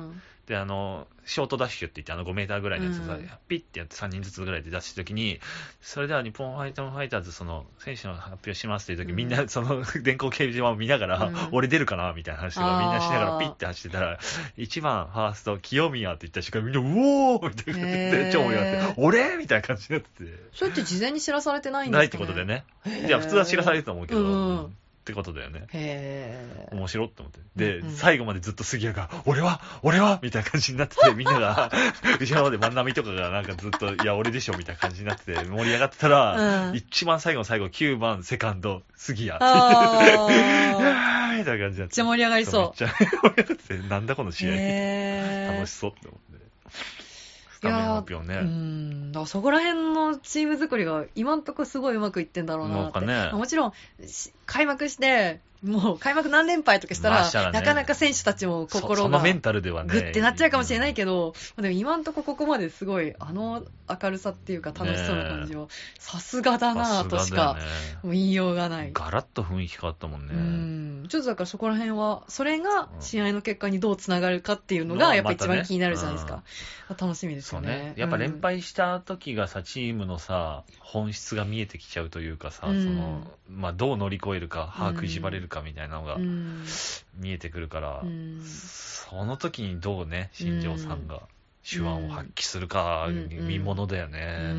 で、ショートダッシュって言って5メーターぐらいのやつをさ、 うんピッてやって3人ずつぐらいで出したときに、それでは日本ファイターズ、その、選手の発表しますっていうとき、みんなその電光掲示板を見ながら、俺出るかなみたいな話とかみんなしながらピッて走ってたら、1番ファースト、清宮って言った瞬間、みんな、うおーみたいな感じで、超盛り上がって、俺みたいな感じになってて。 それって事前に知らされてないんですかね。 ないってことでね。いや、普通は知らされると思うけど、ってことだよね。 へー。 面白いって思って。で、最後までずっと杉谷が、俺はみたいな感じになってて、みんなが、後ろまで万波とかがなんかずっと、いや、俺でしょみたいな感じになってて、盛り上がってたら、一番最後の最後、9番セカンド、杉谷って言って、みたいな感じになって。めっちゃ盛り上がりそう。 めっちゃ盛り上がってて、なんだこの試合。楽しそうって思って。スタメン発表ね。 だからそこら辺のチーム作りが今んとこすごいうまくいってんだろうなって。もちろん、開幕して、もう開幕何連敗とかしたら、なかなか選手たちも心がメンタルではね、 グッてなっちゃうかもしれないけど、でも今んとこここまですごい、明るさっていうか楽しそうな感じは、さすがだなぁとしか、もう言いようがない。 ガラッと雰囲気変わったもんね。 ちょっとだからそこら辺は、それが試合の結果にどうつながるかっていうのが、やっぱ一番気になるじゃないですか。楽しみですよね。 そうね。やっぱ連敗した時がさ、チームのさ、本質が見えてきちゃうというかさ、どう乗り越えるか、歯食いしばれるかみたいなのが見えてくるから、その時にどうね、新庄さんが手腕を発揮するか、見ものだよね。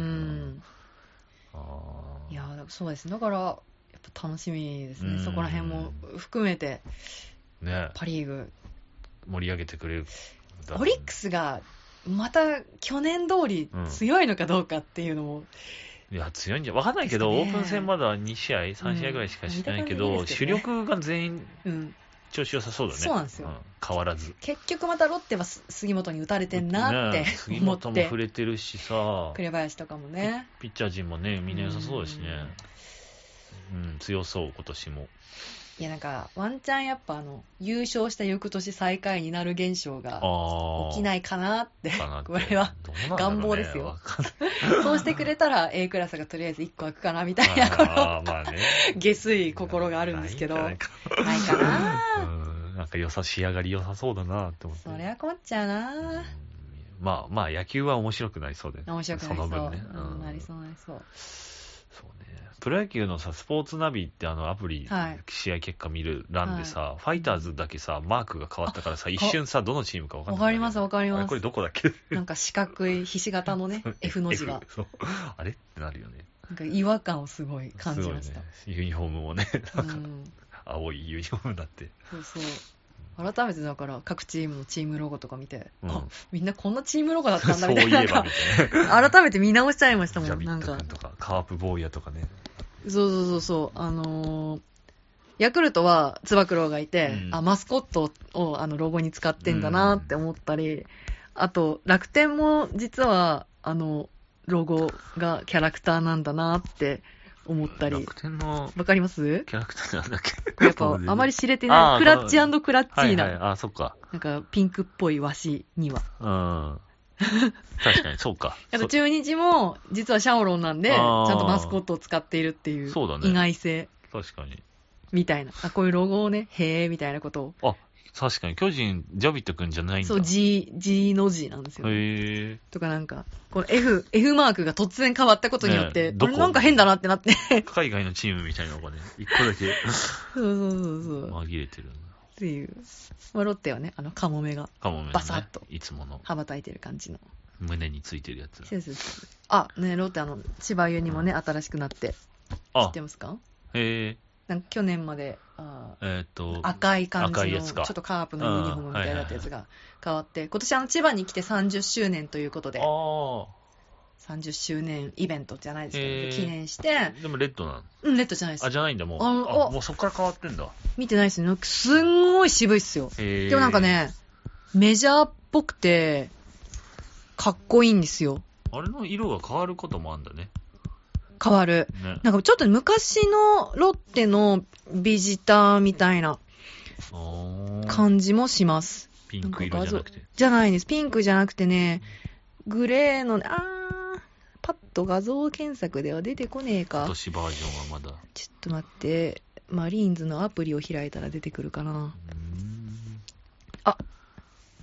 いや、そうですね。だから、やっぱ楽しみですね。そこら辺も含めて、パリーグ。 盛り上げてくれる。 オリックスが、また去年通り強いのかどうかっていうのも、 いや、強いんじゃ、わかんないけど、オープン戦まだ2試合、3試合ぐらいしかしてないけど、主力が全員、調子良さそうだね。 そうなんですよ。 変わらず。 結局またロッテは杉本に打たれてんなって思って。 杉本も触れてるしさ、 紅林とかもね。 ピッチャー陣もね、みんな良さそうだしね。強そう、今年も。 いや、なんか、ワンチャンやっぱ優勝した翌年最下位になる現象が起きないかなって、これは願望ですよ。そうしてくれたら A クラスがとりあえず1個開くかなみたいな、下水心があるんですけど、ないかな。 なんか仕上がり良さそうだなって思って。 そりゃ困っちゃうな。 まあ、野球は面白くなりそうで。 面白くなりそう。 その分ね。 なりそうなりそう。 そうね。プロ野球のさ、スポーツナビってアプリ、試合結果見る欄でさ、ファイターズだけさ、マークが変わったからさ、一瞬さ、どのチームか分かんない。 わかります、わかります。 これどこだっけ？ なんか四角い、ひし形のね、F の字が。 あれってなるよね。 なんか違和感をすごい感じました。 ユニフォームもね、なんか、青いユニフォームになって。 そうそう。改めてだから各チームのチームロゴとか見て、みんなこんなチームロゴだったんだみたいな。そういえばみたいな。改めて見直しちゃいましたもん。 ジャビット君とかカープ坊やとかね。 そう。ヤクルトはつば九郎がいて、マスコットをロゴに使ってんだなって思ったり、あと楽天も実はロゴがキャラクターなんだなって思ったり。 楽天のわかります？ キャラクターなんだっけ？ やっぱあまり知れてない。クラッチ&クラッチーナ。 そっか。 なんかピンクっぽい和紙には。 確かに、そうか。 あと中日も実はシャオロンなんで、ちゃんとマスコットを使っているっていう意外性。 確かに。 みたいな。こういうロゴをね、へーみたいなことを。 確かに、巨人、ジャビット君じゃないんだ。 そう、G の字なんですよ、 ね。 とかなんか、この F マークが突然変わったことによって、これなんか変だなってなって。 海外のチームみたいなのがね、一個だけ。 そう。 紛れてる。 っていう。ロッテはね、カモメが、バサッと、 いつもの。 羽ばたいてる感じの。 胸についてるやつ。 そう。ね、ロッテ千葉湯にもね、新しくなって。知ってますか？なんか去年まで赤い感じのちょっとカープのユニフォームみたいだったやつが変わって、今年千葉に来て30周年ということで、30周年イベントじゃないですけど、記念して。 でもレッドなの？レッドじゃないです。 じゃないんだ、もう。もうそっから変わってんだ。 見てないですね。すんごい渋いっすよ。でもなんかね、メジャーっぽくて、かっこいいんですよ。 あれの色が変わることもあるんだね。 変わる。なんかちょっと昔のロッテのビジターみたいな感じもします。 ピンク色じゃなくて。 じゃないです。ピンクじゃなくてね、グレーの、パッと画像検索では出てこねえか。 今年バージョンはまだ。 ちょっと待って、マリーンズのアプリを開いたら出てくるかな。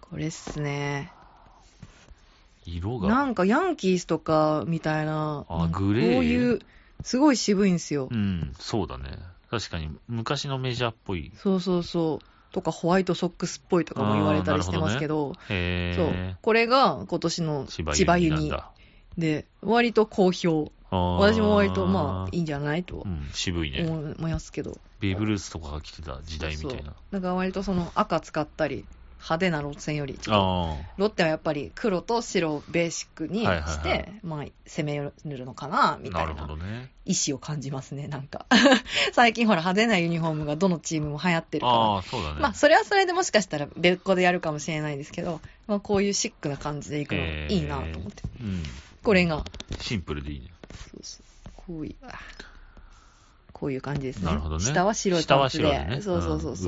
これっすね。 色が。 なんかヤンキースとかみたいな、なんかグレー。 こういう、すごい渋いんですよ。 うん、そうだね。確かに、昔のメジャーっぽい。 そうそうそう。とか、ホワイトソックスっぽいとかも言われたりしてますけど、 へそう。これが今年の千葉ユニで、割と好評。私も割と、まあ、いいんじゃないと、 渋いね。 思いますけど。 ベーブルースとかが来てた時代みたいな。 そうそう。なんか割とその赤使ったり、派手な路線より、ちょっと、ロッテはやっぱり黒と白をベーシックにして、まあ、攻めるのかな、みたいな意思を感じますね、なんか。最近ほら、派手なユニフォームがどのチームも流行ってるから。 そうだね。 まあ、それはそれでもしかしたら別個でやるかもしれないですけど、まあ、こういうシックな感じでいくのいいなと思って。これが。 シンプルでいいね。 そうそう。こういう感じですね。 なるほどね。 下は白いパンツで。 下は白でね。 そう。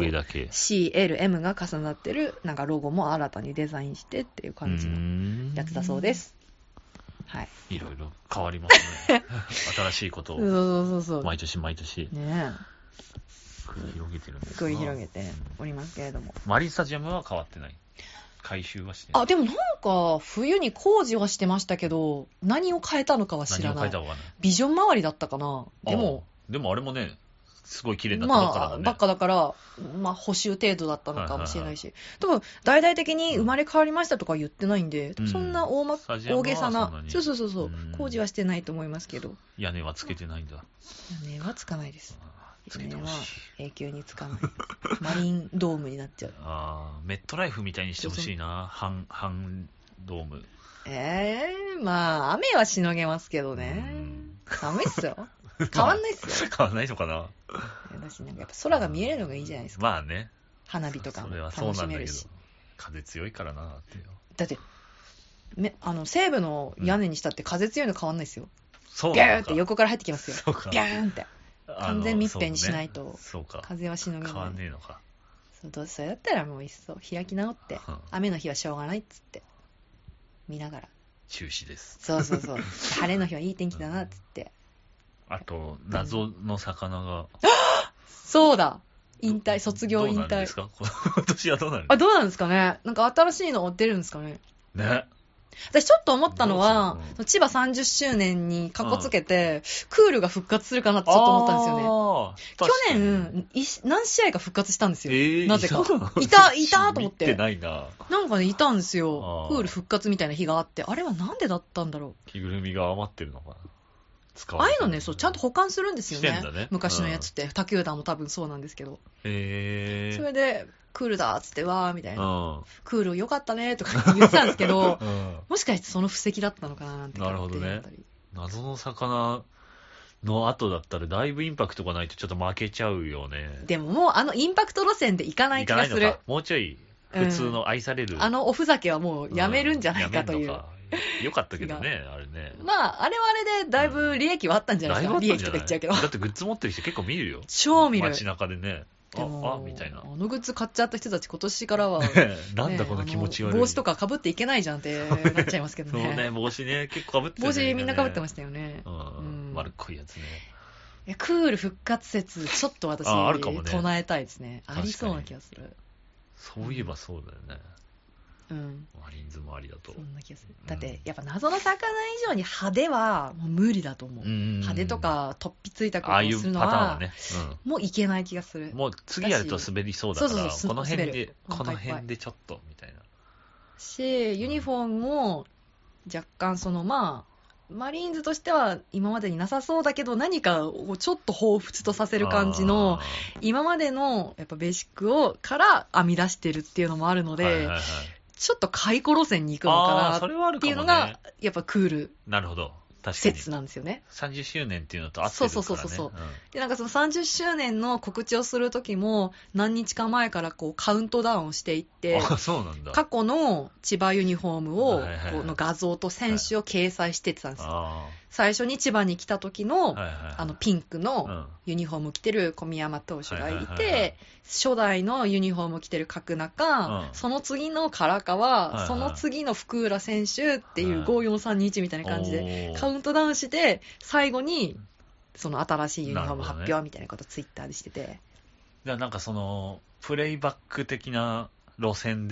上だけ。 C、L、M が重なってる、なんかロゴも新たにデザインしてっていう感じのやつだそうです。はい。 いろいろ変わりますね。新しいことを。 そう。 毎年毎年。 ね繰り広げてるんですか。 繰り広げておりますけれども。 マリンスタジアムは変わってない。改修はしてない。 でもなんか、冬に工事はしてましたけど、何を変えたのかは知らない。 何を変えたのかな。 ビジョン周りだったかな。 でもあれもね、すごい綺麗になったばっかだもんね。 ばっかだから、まあ補修程度だったのかもしれないし。多分、大々的に生まれ変わりましたとか言ってないんで、そんな大げさな、そう、工事はしてないと思いますけど。 屋根はつけてないんだ。 屋根はつかないです。屋根は永久につかない。マリンドームになっちゃう。 メットライフみたいにしてほしいな。半ドーム。 まあ、雨はしのげますけどね。寒いっすよ。変わんないっすよ。 変わんないのかな。 私なんかやっぱ空が見えるのがいいじゃないですか。 まあね。 花火とかも楽しめるし。 風強いからなっていう。 だって、西部の屋根にしたって風強いの変わんないですよ。 そうビャーって横から入ってきますよ。 そうか。 ビャーンって。完全密閉にしないと、風はしのげない。 変わんねえのか。 そうやったらもういっそ開き直って、雨の日はしょうがないっつって、見ながら。 中止です。 そう。晴れの日はいい天気だなっつって。 あと、謎の魚が。 そうだ。卒業引退。どうなんですか今年はどうなる？ どうなんですかね。なんか新しいの出るんですかね。 ね。 私ちょっと思ったのは、千葉30周年にかっこつけて、クールが復活するかなってちょっと思ったんですよね。去年、何試合か復活したんですよ。なぜか。いたと思って。 見てないな。 なんかね、いたんですよ。クール復活みたいな日があって、あれはなんでだったんだろう。 着ぐるみが余ってるのかな。 ああいうのね、ちゃんと保管するんですよね。昔のやつって。他球団も多分そうなんですけど。それで、クールだっつってわーみたいな、クールよかったねとか言ってたんですけど、もしかしてその布石だったのかななんて。 なるほどね。謎の魚の後だったらだいぶインパクトがないとちょっと負けちゃうよね。 でももうインパクト路線でいかない気がする。 もうちょい普通の愛される、 おふざけはもうやめるんじゃないかという。 よかったけどね、あれね。 まあ、あれはあれでだいぶ利益はあったんじゃないですか。利益とか言っちゃうけど。 だってグッズ持ってる人結構見るよ。 超見る。 街中でね。みたいな。 グッズ買っちゃった人たち今年からは、 なんだこの気持ち悪い。 帽子とか被っていけないじゃんってなっちゃいますけどね。 そうね、帽子ね、結構被ってたね。 帽子みんな被ってましたよね。 丸っこいやつね。 クール復活説、ちょっと私、唱えたいですね。ありそうな気がする。 そういえばそうだよね。マリンズもありだと。 そんな気がする。だって、やっぱ謎の魚以上に派手はもう無理だと思う。派手とか突飛ついたことをするのは、もういけない気がする。 もう次やると滑りそうだから、この辺でちょっと、みたいな。 ユニフォームも若干マリーンズとしては今までになさそうだけど、何かをちょっと彷彿とさせる感じの、今までのやっぱベーシックから編み出してるっていうのもあるので、ちょっと解雇路線に行くのかなっていうのが、やっぱクール。 なるほど。 説なんですよね。 30周年っていうのと合ってるからね。 そう。で、なんかその30周年の告知をするときも、何日か前からこうカウントダウンをしていって、 そうなんだ。 過去の千葉ユニフォームを、この画像と選手を掲載してってたんですよ。最初に千葉に来た時の、ピンクのユニフォームを着てる小宮山投手がいて、初代のユニフォームを着てる角中、その次の唐川、その次の福浦選手っていう54321みたいな感じでカウントダウンして、最後にその新しいユニフォーム発表みたいなことをツイッターでしてて。 じゃあなんかそのプレイバック的な路線で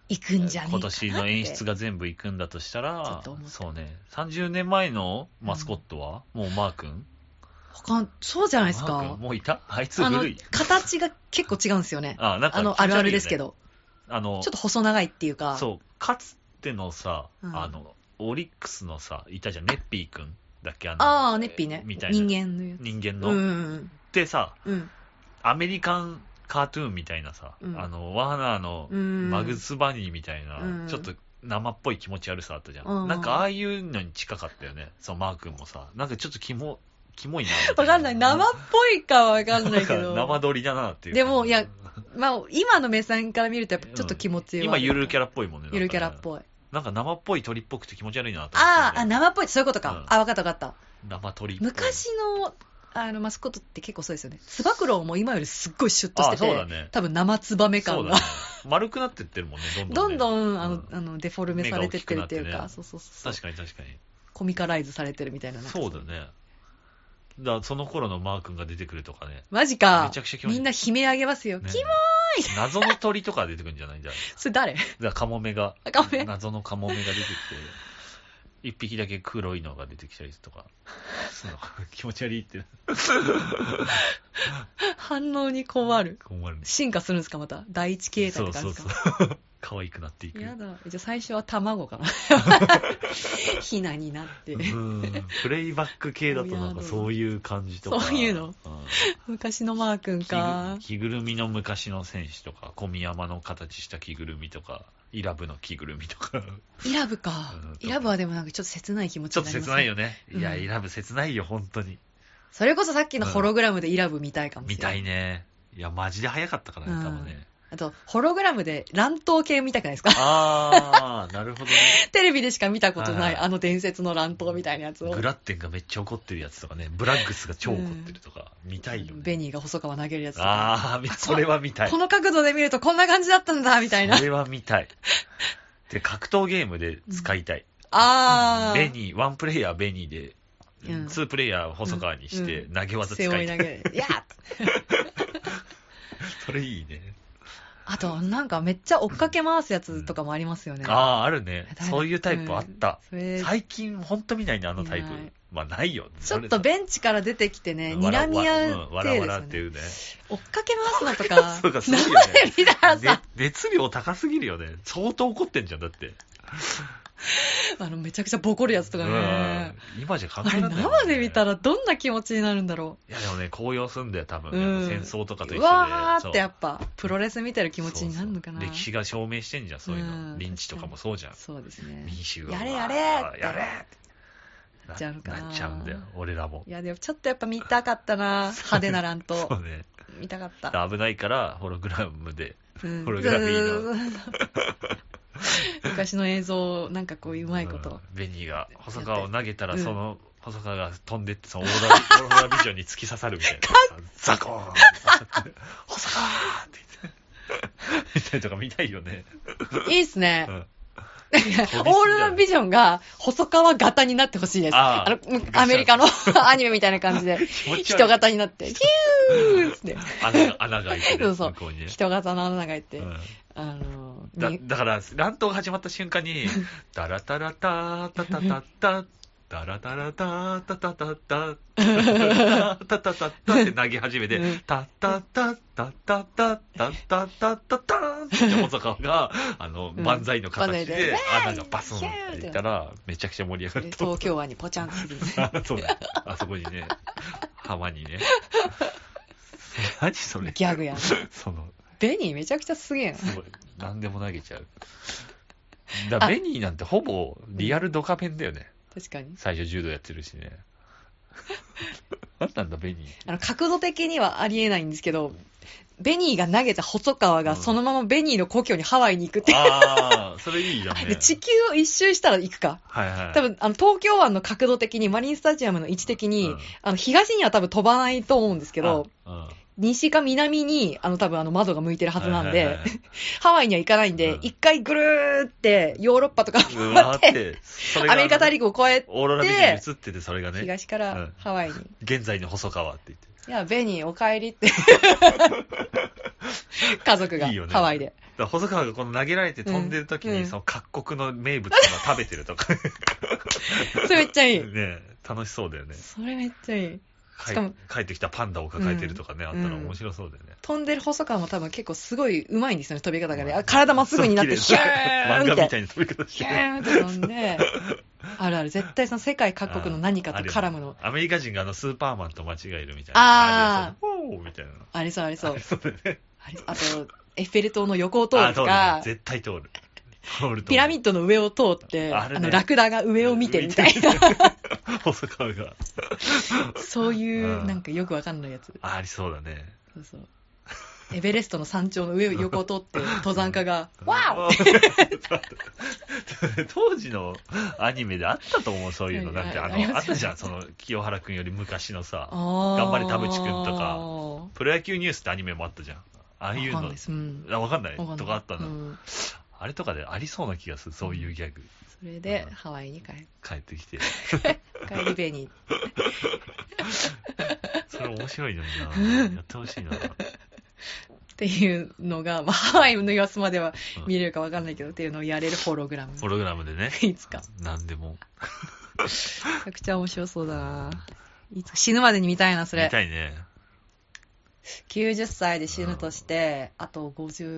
行くんじゃねえかなって。 今年の演出が全部行くんだとしたちょらっと思っ、たそうね、30年前のマスコットは、もうマー君そうじゃないですかマー君。もういた？あいつ古い。 形が結構違うんですよね。 なんか気持ち悪いよね、 あるあるですけど。 ちょちょっと細長いっていうか。 そう、かつてのさ、 うんオリックスのさ、いたじゃん、ネッピー君だっけ、 ネッピーね。 みたいな。 人間のやつ。 人間の。 うんでさ、 うん。 アメリカンカートゥーンみたいなさ、 うんワーナーのマグズバニーみたいな、 うんちょっと生っぽい気持ち悪さあったじゃん。 うんなんかああいうのに近かったよね。そう、マー君もさ、なんかちょっとキモいな。 わかんない。生っぽいかはわかんないけど。 なんか生撮りだなっていう。 でもいやまあ、今の目線から見るとやっぱちょっと気持ち悪い。 今ゆるキャラっぽいもんね。 ゆるキャラっぽい。 なんか生っぽい鳥っぽくて気持ち悪いなと思って。 生っぽいってそういうことか。 うんわかったわかった。 生鳥っぽい。 昔のマスコットって結構そうですよね。つば九郎も今よりすっごいシュッとしてて、 そうだね、 多分生ツバメ感が、 そうだね、丸くなってってるもんね、どんどん、ね。 どんデフォルメされてってるっていうか、 目が大きくなってねそう。 確かに確かに。 コミカライズされてるみたいな。 そうだね。だからその頃のマー君が出てくるとかね。 マジか。 めちゃくちゃ気持ちいいみんな悲鳴あげますよ。 ねキモーい。 謎の鳥とか出てくるんじゃないんだ。 それ誰？ だからカモメが。 カモメ謎のカモメが出てきて、一匹だけ黒いのが出てきたりとか。そう気持ち悪いって。 反応に困る。 困るね。 進化するんですかまた。第一形態とかあるんですか？ そう。可愛くなっていく。 やだ。じゃあ最初は卵かな。ヒナになって。 プレイバック系だとなんかそういう感じとか。 そういうの。昔のマー君か。 着ぐるみの昔の戦士とか、小宮山の形した着ぐるみとか、イラブの着ぐるみとか。 イラブか。イラブはでもなんかちょっと切ない気持ちになりますね。 ちょっと切ないよね。いや、イラブ切ないよ、本当に。 それこそさっきのホログラムでイラブ見たいかもしれない。 見たいね。いや、マジで早かったからね、多分ね。 あと、ホログラムで乱闘系見たくないですか？ なるほどね。 テレビでしか見たことない、伝説の乱闘みたいなやつを。 グラッテンがめっちゃ怒ってるやつとかね、ブラッグスが超怒ってるとか、見たいよね。 ベニーが細川投げるやつとか。 それは見たい。 この角度で見るとこんな感じだったんだ、みたいな。 それは見たい。で、格闘ゲームで使いたい。ベニー、ワンプレイヤーベニーで、ツープレイヤー細川にして、投げ技使いたい。 背負い投げ。いやそれいいね。 あと、なんかめっちゃ追っかけ回すやつとかもありますよね。 あるね。そういうタイプあった。最近ほんと見ないね、あのタイプ。まあないよ。 ちょっとベンチから出てきてね、睨み合うわらわらっていうね。 追っかけ回すのとか。 そうか、すごいよね。 見たらさ。 熱量高すぎるよね。相当怒ってんじゃん、だって。 めちゃくちゃボコるやつとかね。 今じゃ考えられない。 生で見たらどんな気持ちになるんだろう。いやでもね、高揚すんだよ、多分。戦争とかと一緒で。 わーってやっぱ、プロレス見てる気持ちになるのかな。 歴史が証明してんじゃん、そういうの。リンチとかもそうじゃん。 そうですね。 民衆は。 やれやれなっちゃうかな。 なっちゃうんだよ、俺らも。 いや、でもちょっとやっぱ見たかったな、派手な乱闘。 そうね。 見たかった。 危ないから、ホログラムで。ホログラフィーの。 昔の映像をなんかこううまいこと。 ベニーが細川を投げたら、その細川が飛んでって、そのオーロラビジョンに突き刺さるみたいな。ザコーン細川って言って。みたいとか見たいよね。 いいっすね。オーロラビジョンが細川型になってほしいです。アメリカのアニメみたいな感じで、人型になって、ヒューって。 穴が開いてる。 そう。人型の穴が開いて。 だから、乱闘が始まった瞬間に、ダラタラタータタタタ、ダラタラタータタタタ、タタタタって投げ始めて、タタタタタタタタタタターンって細川が、万歳の形で穴がバスンっていったら、めちゃくちゃ盛り上がる。 東京湾にポチャンってする。 そうだ。あそこにね、浜にね。何それギャグやん。ベニーめちゃくちゃすげえな。 すごい。何でも投げちゃう。ベニーなんてほぼリアルドカベンだよね。 確かに。 最初柔道やってるしね。何なんだ、ベニー。 角度的にはありえないんですけど、ベニーが投げた細川がそのままベニーの故郷にハワイに行くっていう。 それいいじゃんね。 で、地球を一周したら行くか。 はいはい。 多分、東京湾の角度的に、マリンスタジアムの位置的に、東には多分飛ばないと思うんですけど、西か南に、多分窓が向いてるはずなんで、ハワイには行かないんで、一回ぐるーって、ヨーロッパとか回って、アメリカ大陸を越えて、 オーロラビジョンに映ってて、それがね。 東からハワイに。 現在の細川って言って。 いや、ベニーお帰りって。 家族がいいよねハワイで。 だから細川がこの投げられて飛んでる時に、 うんその各国の名物とか食べてるとかそれめっちゃいい。 ね、楽しそうだよね。 それめっちゃいい。しかも帰ってきたパンダを抱えてるとかね、あったらうん面白そうだよね。 飛んでる細川も多分結構すごい上手いんですよね、飛び方がね。体まっすぐになって、ヒューン漫画みって。 たいに飛び方しヒュてーンって飛んで、あるある。絶対その世界各国の何かと絡むの。 アメリカ人がスーパーマンと間違えるみたいな。 あおーみたいな。 ありそうありそう。 そうだよね。 あと、エッフェル塔の横を通ると通かる。絶対通る。通るとピラミッドの上を通って、 あれねラクダが上を見てみたいな。 細川が。 そういうう、 んなんかよくわかんないやつ。 ありそうだね。 そうそう。エベレストの山頂の上を横を通って、登山家が、わ当時のアニメであったと思う、そういうの。なんかありますよねあったじゃん、その、清原くんより昔のさ、 ー頑張れ田淵くんとか、プロ野球ニュースってアニメもあったじゃん。ああいうのわかんないです。うん。 わかんないわかんないとかあったの、 うんあれとかでありそうな気がする、そういうギャグ。 それで、ハワイに帰ってきて。 帰りべに。 それ面白いのにな。やってほしいな。 っていうのが、まあ、ハワイの様子までは見れるかわかんないけど、っていうのをやれるホログラム。 ホログラムでね。 いつか。 なんでも。 めちゃくちゃ面白そうだな。いつか死ぬまでに見たいな、そ見れ。 たいね。 90歳で死ぬとして、あと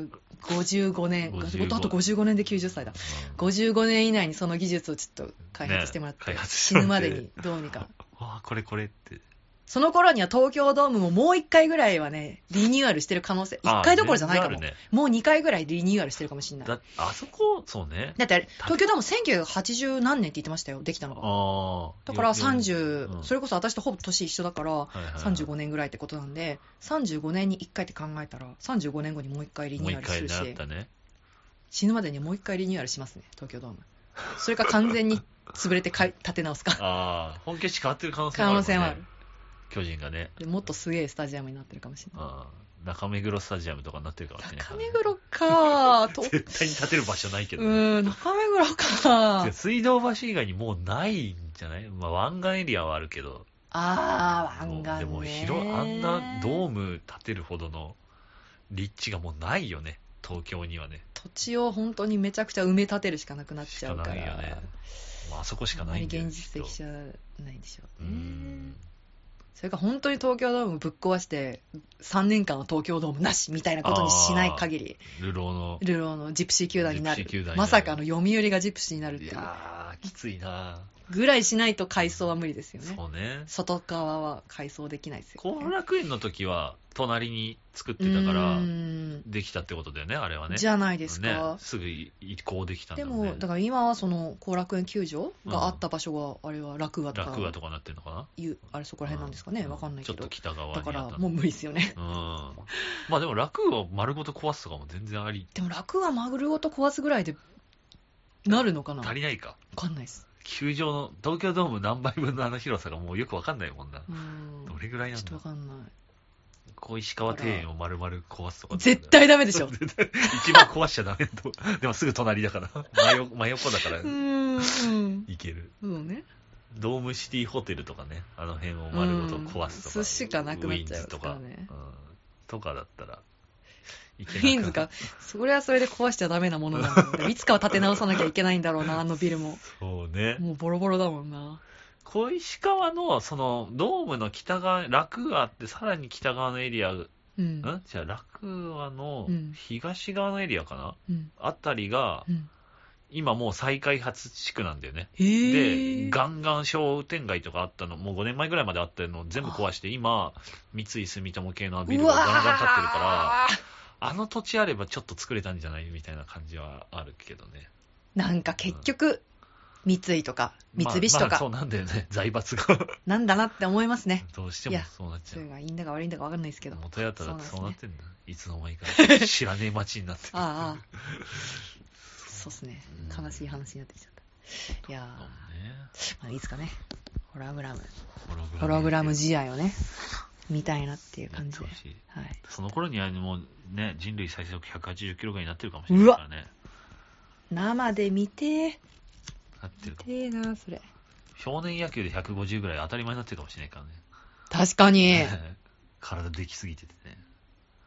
55年、 55 あと55年で90歳だ。55年以内にその技術をちょっと開発してもらって、 ね開発し死てもらってぬまでにどうにか。 わあ、これって。 その頃には東京ドームももう1回ぐらいはね、リニューアルしてる可能性、1回どころじゃないかも。 全然あるねもう2回ぐらいリニューアルしてるかもしれない。 あそこ、そうね。 だってあれ、東京ドーム1980何年って言ってましたよ、できたのが。 ああ。 だからうん 30、それこそ私とほぼ年一緒だから、 はいはいはい 35年ぐらいってことなんで、35年に1回って考えたら、35年後にもう1回リニューアルするしもう一回習っ、たね。 死ぬまでにもう1回リニューアルしますね、東京ドーム。それか完全に潰れて立て直すか。 ああ、本拠地変わってる可能性もあ可るもんね。 能性もある。 巨人がね。 でもっとすげえスタジアムになってるかもしれない。 ああ、中目黒スタジアムとかになってるかもしれない。 中目黒かと絶対に建てる場所ないけど、 中目黒か水道橋以外にもうないんじゃない？まあ湾岸エリアはあるけど。 湾岸ね。 でもあんなドーム建てるほどの立地がもうないよね。東京にはね。 土地を本当にめちゃくちゃ埋め立てるしかなくなっちゃうから。 しかないよね。まあそこしかないんだよ。 あまり現実的じゃないでしょうね。 うんそれか本当に東京ドームぶっ壊して3年間は東京ドームなしみたいなことにしない限り、 流浪のジプシー球団になるジプシー球団になるまさかの読売がジプシーになるっていういやーきついな。 ぐらいしないと改装は無理ですよね。 そうね。 外側は改装できないですよね。 後楽園の時は隣に作ってたからうーんできたってことだよね、あれはね。 じゃないですか。 ね、すぐ移行できたんだでもんね。 もだから今はその後楽園球場があった場所があれは楽画とか楽画とかなってるのかな。 あれそこら辺なんですかね、わかんないけど。 ちょっと北側にだかあったらもう無理ですよね。 うん。まあでも楽を丸ごと壊すとかも全然あり。 でも楽はマグルごと壊すぐらいでなるのかな。 足りないか。 わかんないです。 球場の東京ドーム何倍分のあの広さがもうよくわかんないもんな。 うんどれぐらいなんだちょっとわかんない。 小石川庭園を丸々壊すとか。 絶対ダメでしょ。 一番壊しちゃダメと。でもすぐ隣だから。真横だからうんいける。 そうね。 ドームシティホテルとかね、あの辺を丸ごと壊すとか。 寿司がなくなっちゃいますウィンズとか。 からね。 とかだったらいけウィンズか。それはそれで壊しちゃダメなものなんだ。いつかは建て直さなきゃいけないんだろうな、あのビルも。 そうね。 もうボロボロだもんな。 小石川の、その、ドームの北側、楽があって、さらに北側のエリア、 うん。 じゃあ、楽側のうん東側のエリアかな、 うん。 あたりが、 うん。 今もう再開発地区なんだよね。 へぇで、ガンガン商店街とかあったの、もう5年前ぐらいまであったのを全部壊して、今、三井住友系のビルがガンガン建ってるから、あの土地あればちょっと作れたんじゃないみたいな感じはあるけどね。 なんか結局、三井とか、三菱とか、 まあそうなんだよね、財閥が。 なんだなって思いますね。 どうしてもそうなっちゃう。 それがいいんだか悪いんだか分かんないですけど。 元やったらそうなってんだ。いつの間にか知らねえ街になってる。 ああ。そうっすね。悲しい話になってきちゃった。いやー、まあ、いつかね、ホログラム試合をね、見たいなっていう感じで。はい。 その頃にはもうね、人類最速180キロぐらいになってるかもしれないからね。 生で見てー。 なってるかも。 見てーな、それ。 少年野球で150ぐらい当たり前になってるかもしれないからね。 確かに。 体できすぎててね。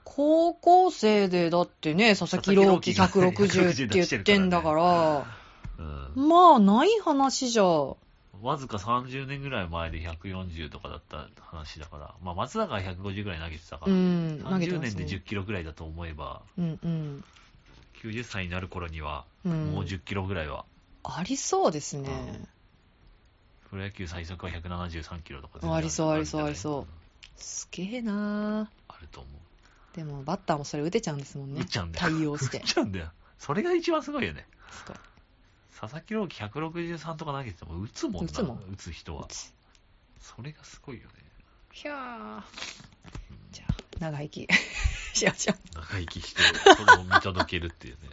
高校生でだってね、佐々木朗希160って言ってんだから、まあ、ない話じゃ。 わずか30年ぐらい前で140とかだった話だから、まあ、松坂が150ぐらい投げてたから、30年で10キロぐらいだと思えば、90歳になる頃には、もう10キロぐらいは。 ありそうですね。 プロ野球最速は173キロとかありそう。すげえなあると思う。 でも、バッターもそれ打てちゃうんですもんね。 打っちゃうんだよ。 対応して。 打っちゃうんだよ。それが一番すごいよね。 すごい。 佐々木朗希163とか投げても打つもんな。打つ人は。それがすごいよね。 ひゃー。じゃあ、長生きしましょう。 長生きして、それを見届けるっていう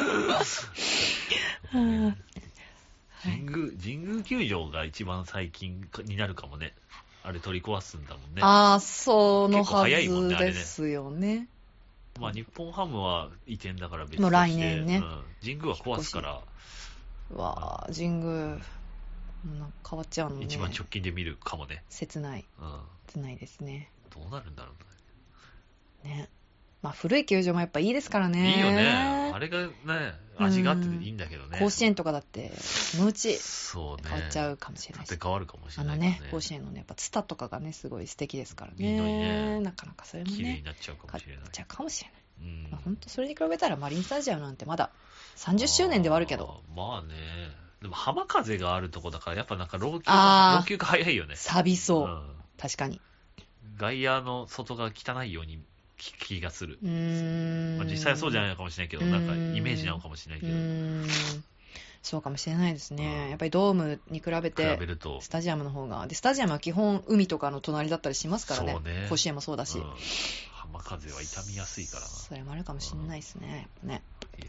ね。神宮球場が一番最近になるかもね。あれ取り壊すんだもんね。 ああ、そのはずですよね。 まあ日本ハムは移転だから別に。 もう来年ね。 神宮は壊すから。 わあ、神宮、変わっちゃうのね。 一番直近で見るかもね。 切ない。切ないですね。 どうなるんだろうね。まあ古い球場もやっぱいいですからね。 いいよね。あれがね、味があっていいんだけどね。 甲子園とかだって、そのうちそうね。 変わっちゃうかもしれないし。 だって変わるかもしれないね。 甲子園のね、やっぱツタとかがね、すごい素敵ですからね。いいのにね。なかなかそれもね。 綺麗になっちゃうかもしれない。 なっちゃうかもしれない。まあ本当それに比べたらマリンスタジアムなんてまだ30周年ではあるけど。 まあね。でも浜風があるとこだから、やっぱなんか老朽化早いよね。 錆びそう。確かに。 外野の外が汚いように気がする。まあ、実際はそうじゃないのかもしれないけど、なんかイメージなのかもしれないけど。 そうかもしれないですね。やっぱりドームに比べて、スタジアムの方が。で、スタジアムは基本海とかの隣だったりしますからね。そうね。甲子園もそうだし。 浜風は痛みやすいからな。 それもあるかもしれないですね。ね。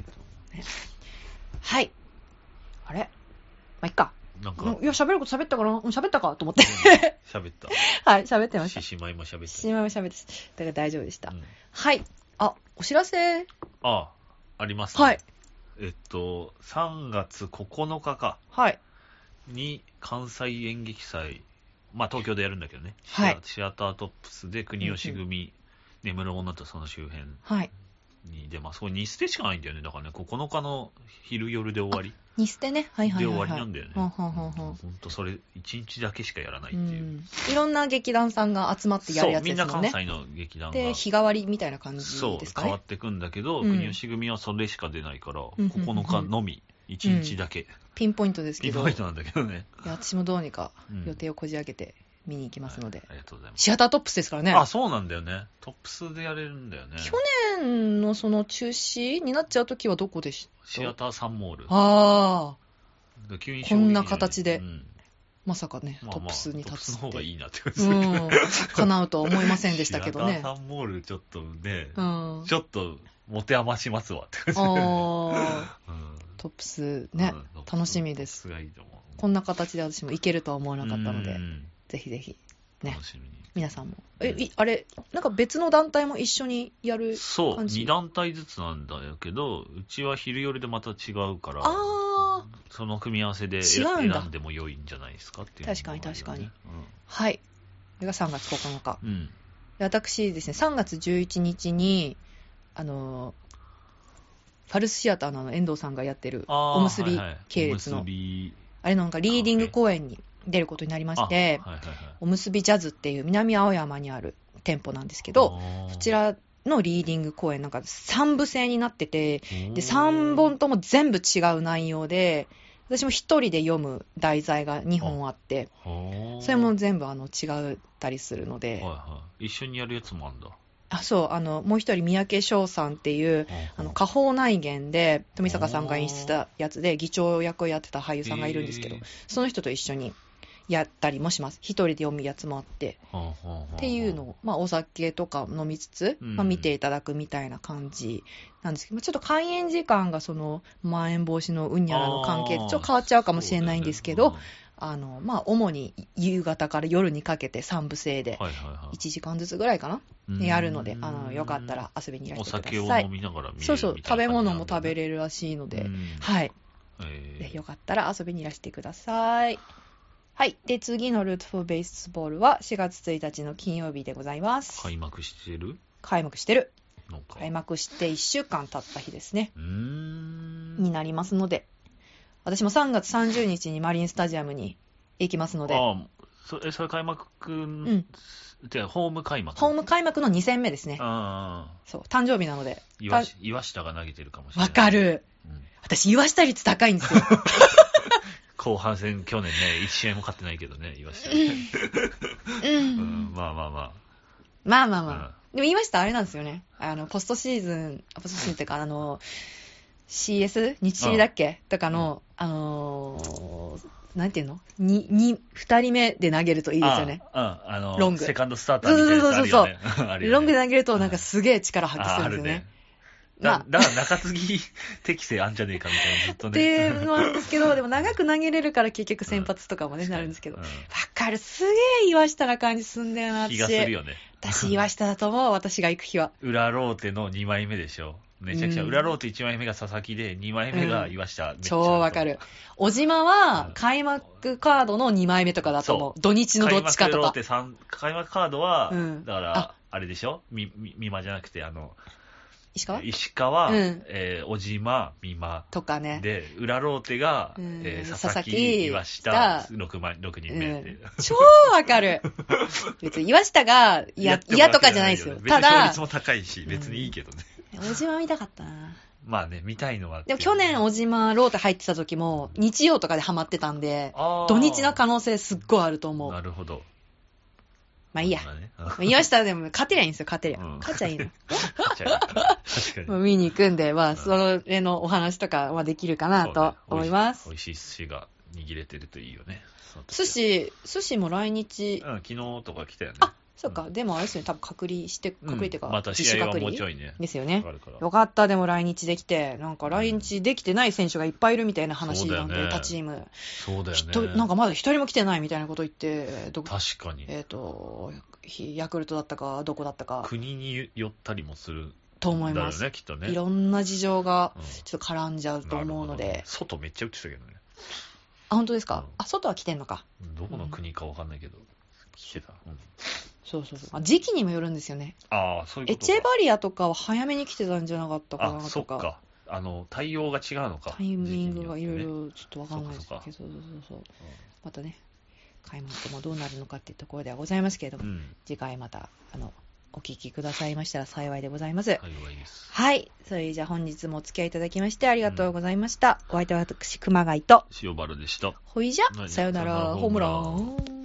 はい。あれまあ、いっか。なんか。いや、喋ること喋ったかな喋ったかと思って。 喋った。 はい、喋ってました。 獅子舞も喋った。 獅子舞も喋ってた。だから大丈夫でした。はい。あ、お知らせ。 ありますね。はい。3月9日か。 はい。 に、関西演劇祭。まあ、東京でやるんだけどね。 はい。 シアタートップスで国吉組、眠る女とその周辺。 はい。 にで、まあ、そこ2ステしかないんだよね。だからね、9日の昼夜で終わり。 2ステね。はいはいはい、はい。 で終わりなんだよね。ほんとそれ、1日だけしかやらないっていう。 いろんな劇団さんが集まってやるやつですもんね。 そう、みんな関西の劇団が。 で、日替わりみたいな感じですかね。 そう、変わってくんだけど、国吉組はそれしか出ないから、9日のみ、1日だけ。 ピンポイントですけど。 ピンポイントなんだけどね。 いや、私もどうにか予定をこじ開けて見に行きますので。 ありがとうございます。 シアタートップスですからね。 あ、そうなんだよね。トップスでやれるんだよね。 去年のその中止になっちゃうときはどこでした？ シアターサンモール。 ああ。こんな形で。まさかね、トップスに立つって。 トップスの方がいいなって感じですけど。叶うとは思いませんでしたけどね。 シアターサンモールちょっとね、ちょっと持て余しますわって感じで。トップスね、楽しみです。こんな形で私も行けるとは思わなかったので、ぜひぜひ、ね。皆さんも。あれ、なんか別の団体も一緒にやる感じ？ そう、2団体ずつなんだけど、うちは昼夜でまた違うから、その組み合わせで選んでも良いんじゃないですかっていう、ね。 確かに確かに。はい。これが3月9日。私ですね、3月11日に、パルスシアターの遠藤さんがやってるおむすび系列の、あれのなんかリーディング公演に出ることになりまして、おむすびジャズっていう南青山にある店舗なんですけど、そちらのリーディング公演なんか3部制になってて、で3本とも全部違う内容で、私も一人で読む題材が2本あって、それも全部違ったりするので、 一緒にやるやつもあるんだ。 そう、もう一人、三宅翔さんっていう、下方内言で、富坂さんが演出したやつで、議長役をやってた俳優さんがいるんですけど、その人と一緒にやったりもします。一人で読むやつもあって、っていうのを、まあ、お酒とか飲みつつ、まあ、見ていただくみたいな感じなんですけど、ちょっと開演時間がまん延防止のうんにゃらの関係で、ちょっと変わっちゃうかもしれないんですけど、まあ、主に夕方から夜にかけて3部制で、1時間ずつぐらいかなやるので、よかったら遊びにいらしてください。 お酒を飲みながら見れるみたいな感じなんで。 そうそう、食べ物も食べれるらしいので、はい。でよかったら遊びにいらしてください。はい。で、次のルートフォーベースボールは4月1日の金曜日でございます。 開幕してる？ 開幕してる。 のか。 開幕して1週間経った日ですね。にになりますので、私も3月30日にマリンスタジアムに行きますので、 それ開幕、じゃあホーム開幕。 ホーム開幕の2戦目ですね。そう、誕生日なので。 岩下が投げてるかもしれない。 わかる。私、岩下率高いんですよ。 後半戦、去年ね、1試合も勝ってないけどね、岩下。まあまあまあ。 まあまあまあ。でも岩下あれなんですよね。ポストシーズンっていうか、CS? 日知りだっけとかの、なんていうの二人目で投げるといいですよね。ロング。 セカンドスターターみたいなやつあるよね。 そう。ロングで投げるとなんかすげえ力発揮するんですよね。 だから中継ぎ適性あんじゃねえかみたいなずっとね。 っていうのなんですけど、でも長く投げれるから結局先発とかもね、なるんですけど。わかる。すげえ岩下な感じすんだよな、 気がするよね。 私岩下だと思う、私が行く日は。 裏ローテの2枚目でしょ。めちゃくちゃ裏ローテ1枚目が佐々木で、2枚目が岩下。 超わかる。小島は開幕カードの2枚目とかだと思う。土日のどっちかとか。 開幕カードは、だから、あれでしょ美馬じゃなくて、石川、小島、美馬。 とかね。 で、裏ローテが、佐々木、岩下、6人目って。 超わかる。別に岩下が嫌とかじゃないですよ。ただ、 勝率も高いし、別にいいけどね。 小島見たかったな。 まあね、見たいのは。 でも去年小島ローテ入ってた時も、日曜とかでハマってたんで、土日の可能性すっごいあると思う。 なるほど。 まあいいや。岩下でも勝てりゃいいんですよ、勝てりゃ。勝っちゃいいの。確かに。見に行くんで、まあ、それのお話とかはできるかなと思います。 美味しい寿司が握れてるといいよね。 寿司も来日。 昨日とか来たよね。 そうか。でもあれですよね、多分隔離っていうか、 また試合はもうちょいね。 ですよね。よかった、でも来日できて、なんか来日できてない選手がいっぱいいるみたいな話なんで、他チーム。 そうだよね。 なんかまだ一人も来てないみたいなこと言って、 確かに。 ヤクルトだったか、どこだったか。 国に寄ったりもする。 と思います。 だよね、きっとね。 いろんな事情がちょっと絡んじゃうと思うので。 外めっちゃ打ってたけどね。 本当ですか？外は来てんのか。 どこの国かわかんないけど、来てた。 そう。時期にもよるんですよね。 そういうことか。 エチェバリアとかは早めに来てたんじゃなかったかなとか。 そっか。対応が違うのか。 タイミングがいろいろちょっとわかんないですけど、そう。またね、開幕もどうなるのかっていうところではございますけれども、次回また、お聞きくださいましたら幸いでございます。 幸いです。 はい。それじゃあ本日もお付き合いいただきましてありがとうございました。お相手は私、熊谷と塩原でした。 ほいじゃ、さよなら、ホームラン。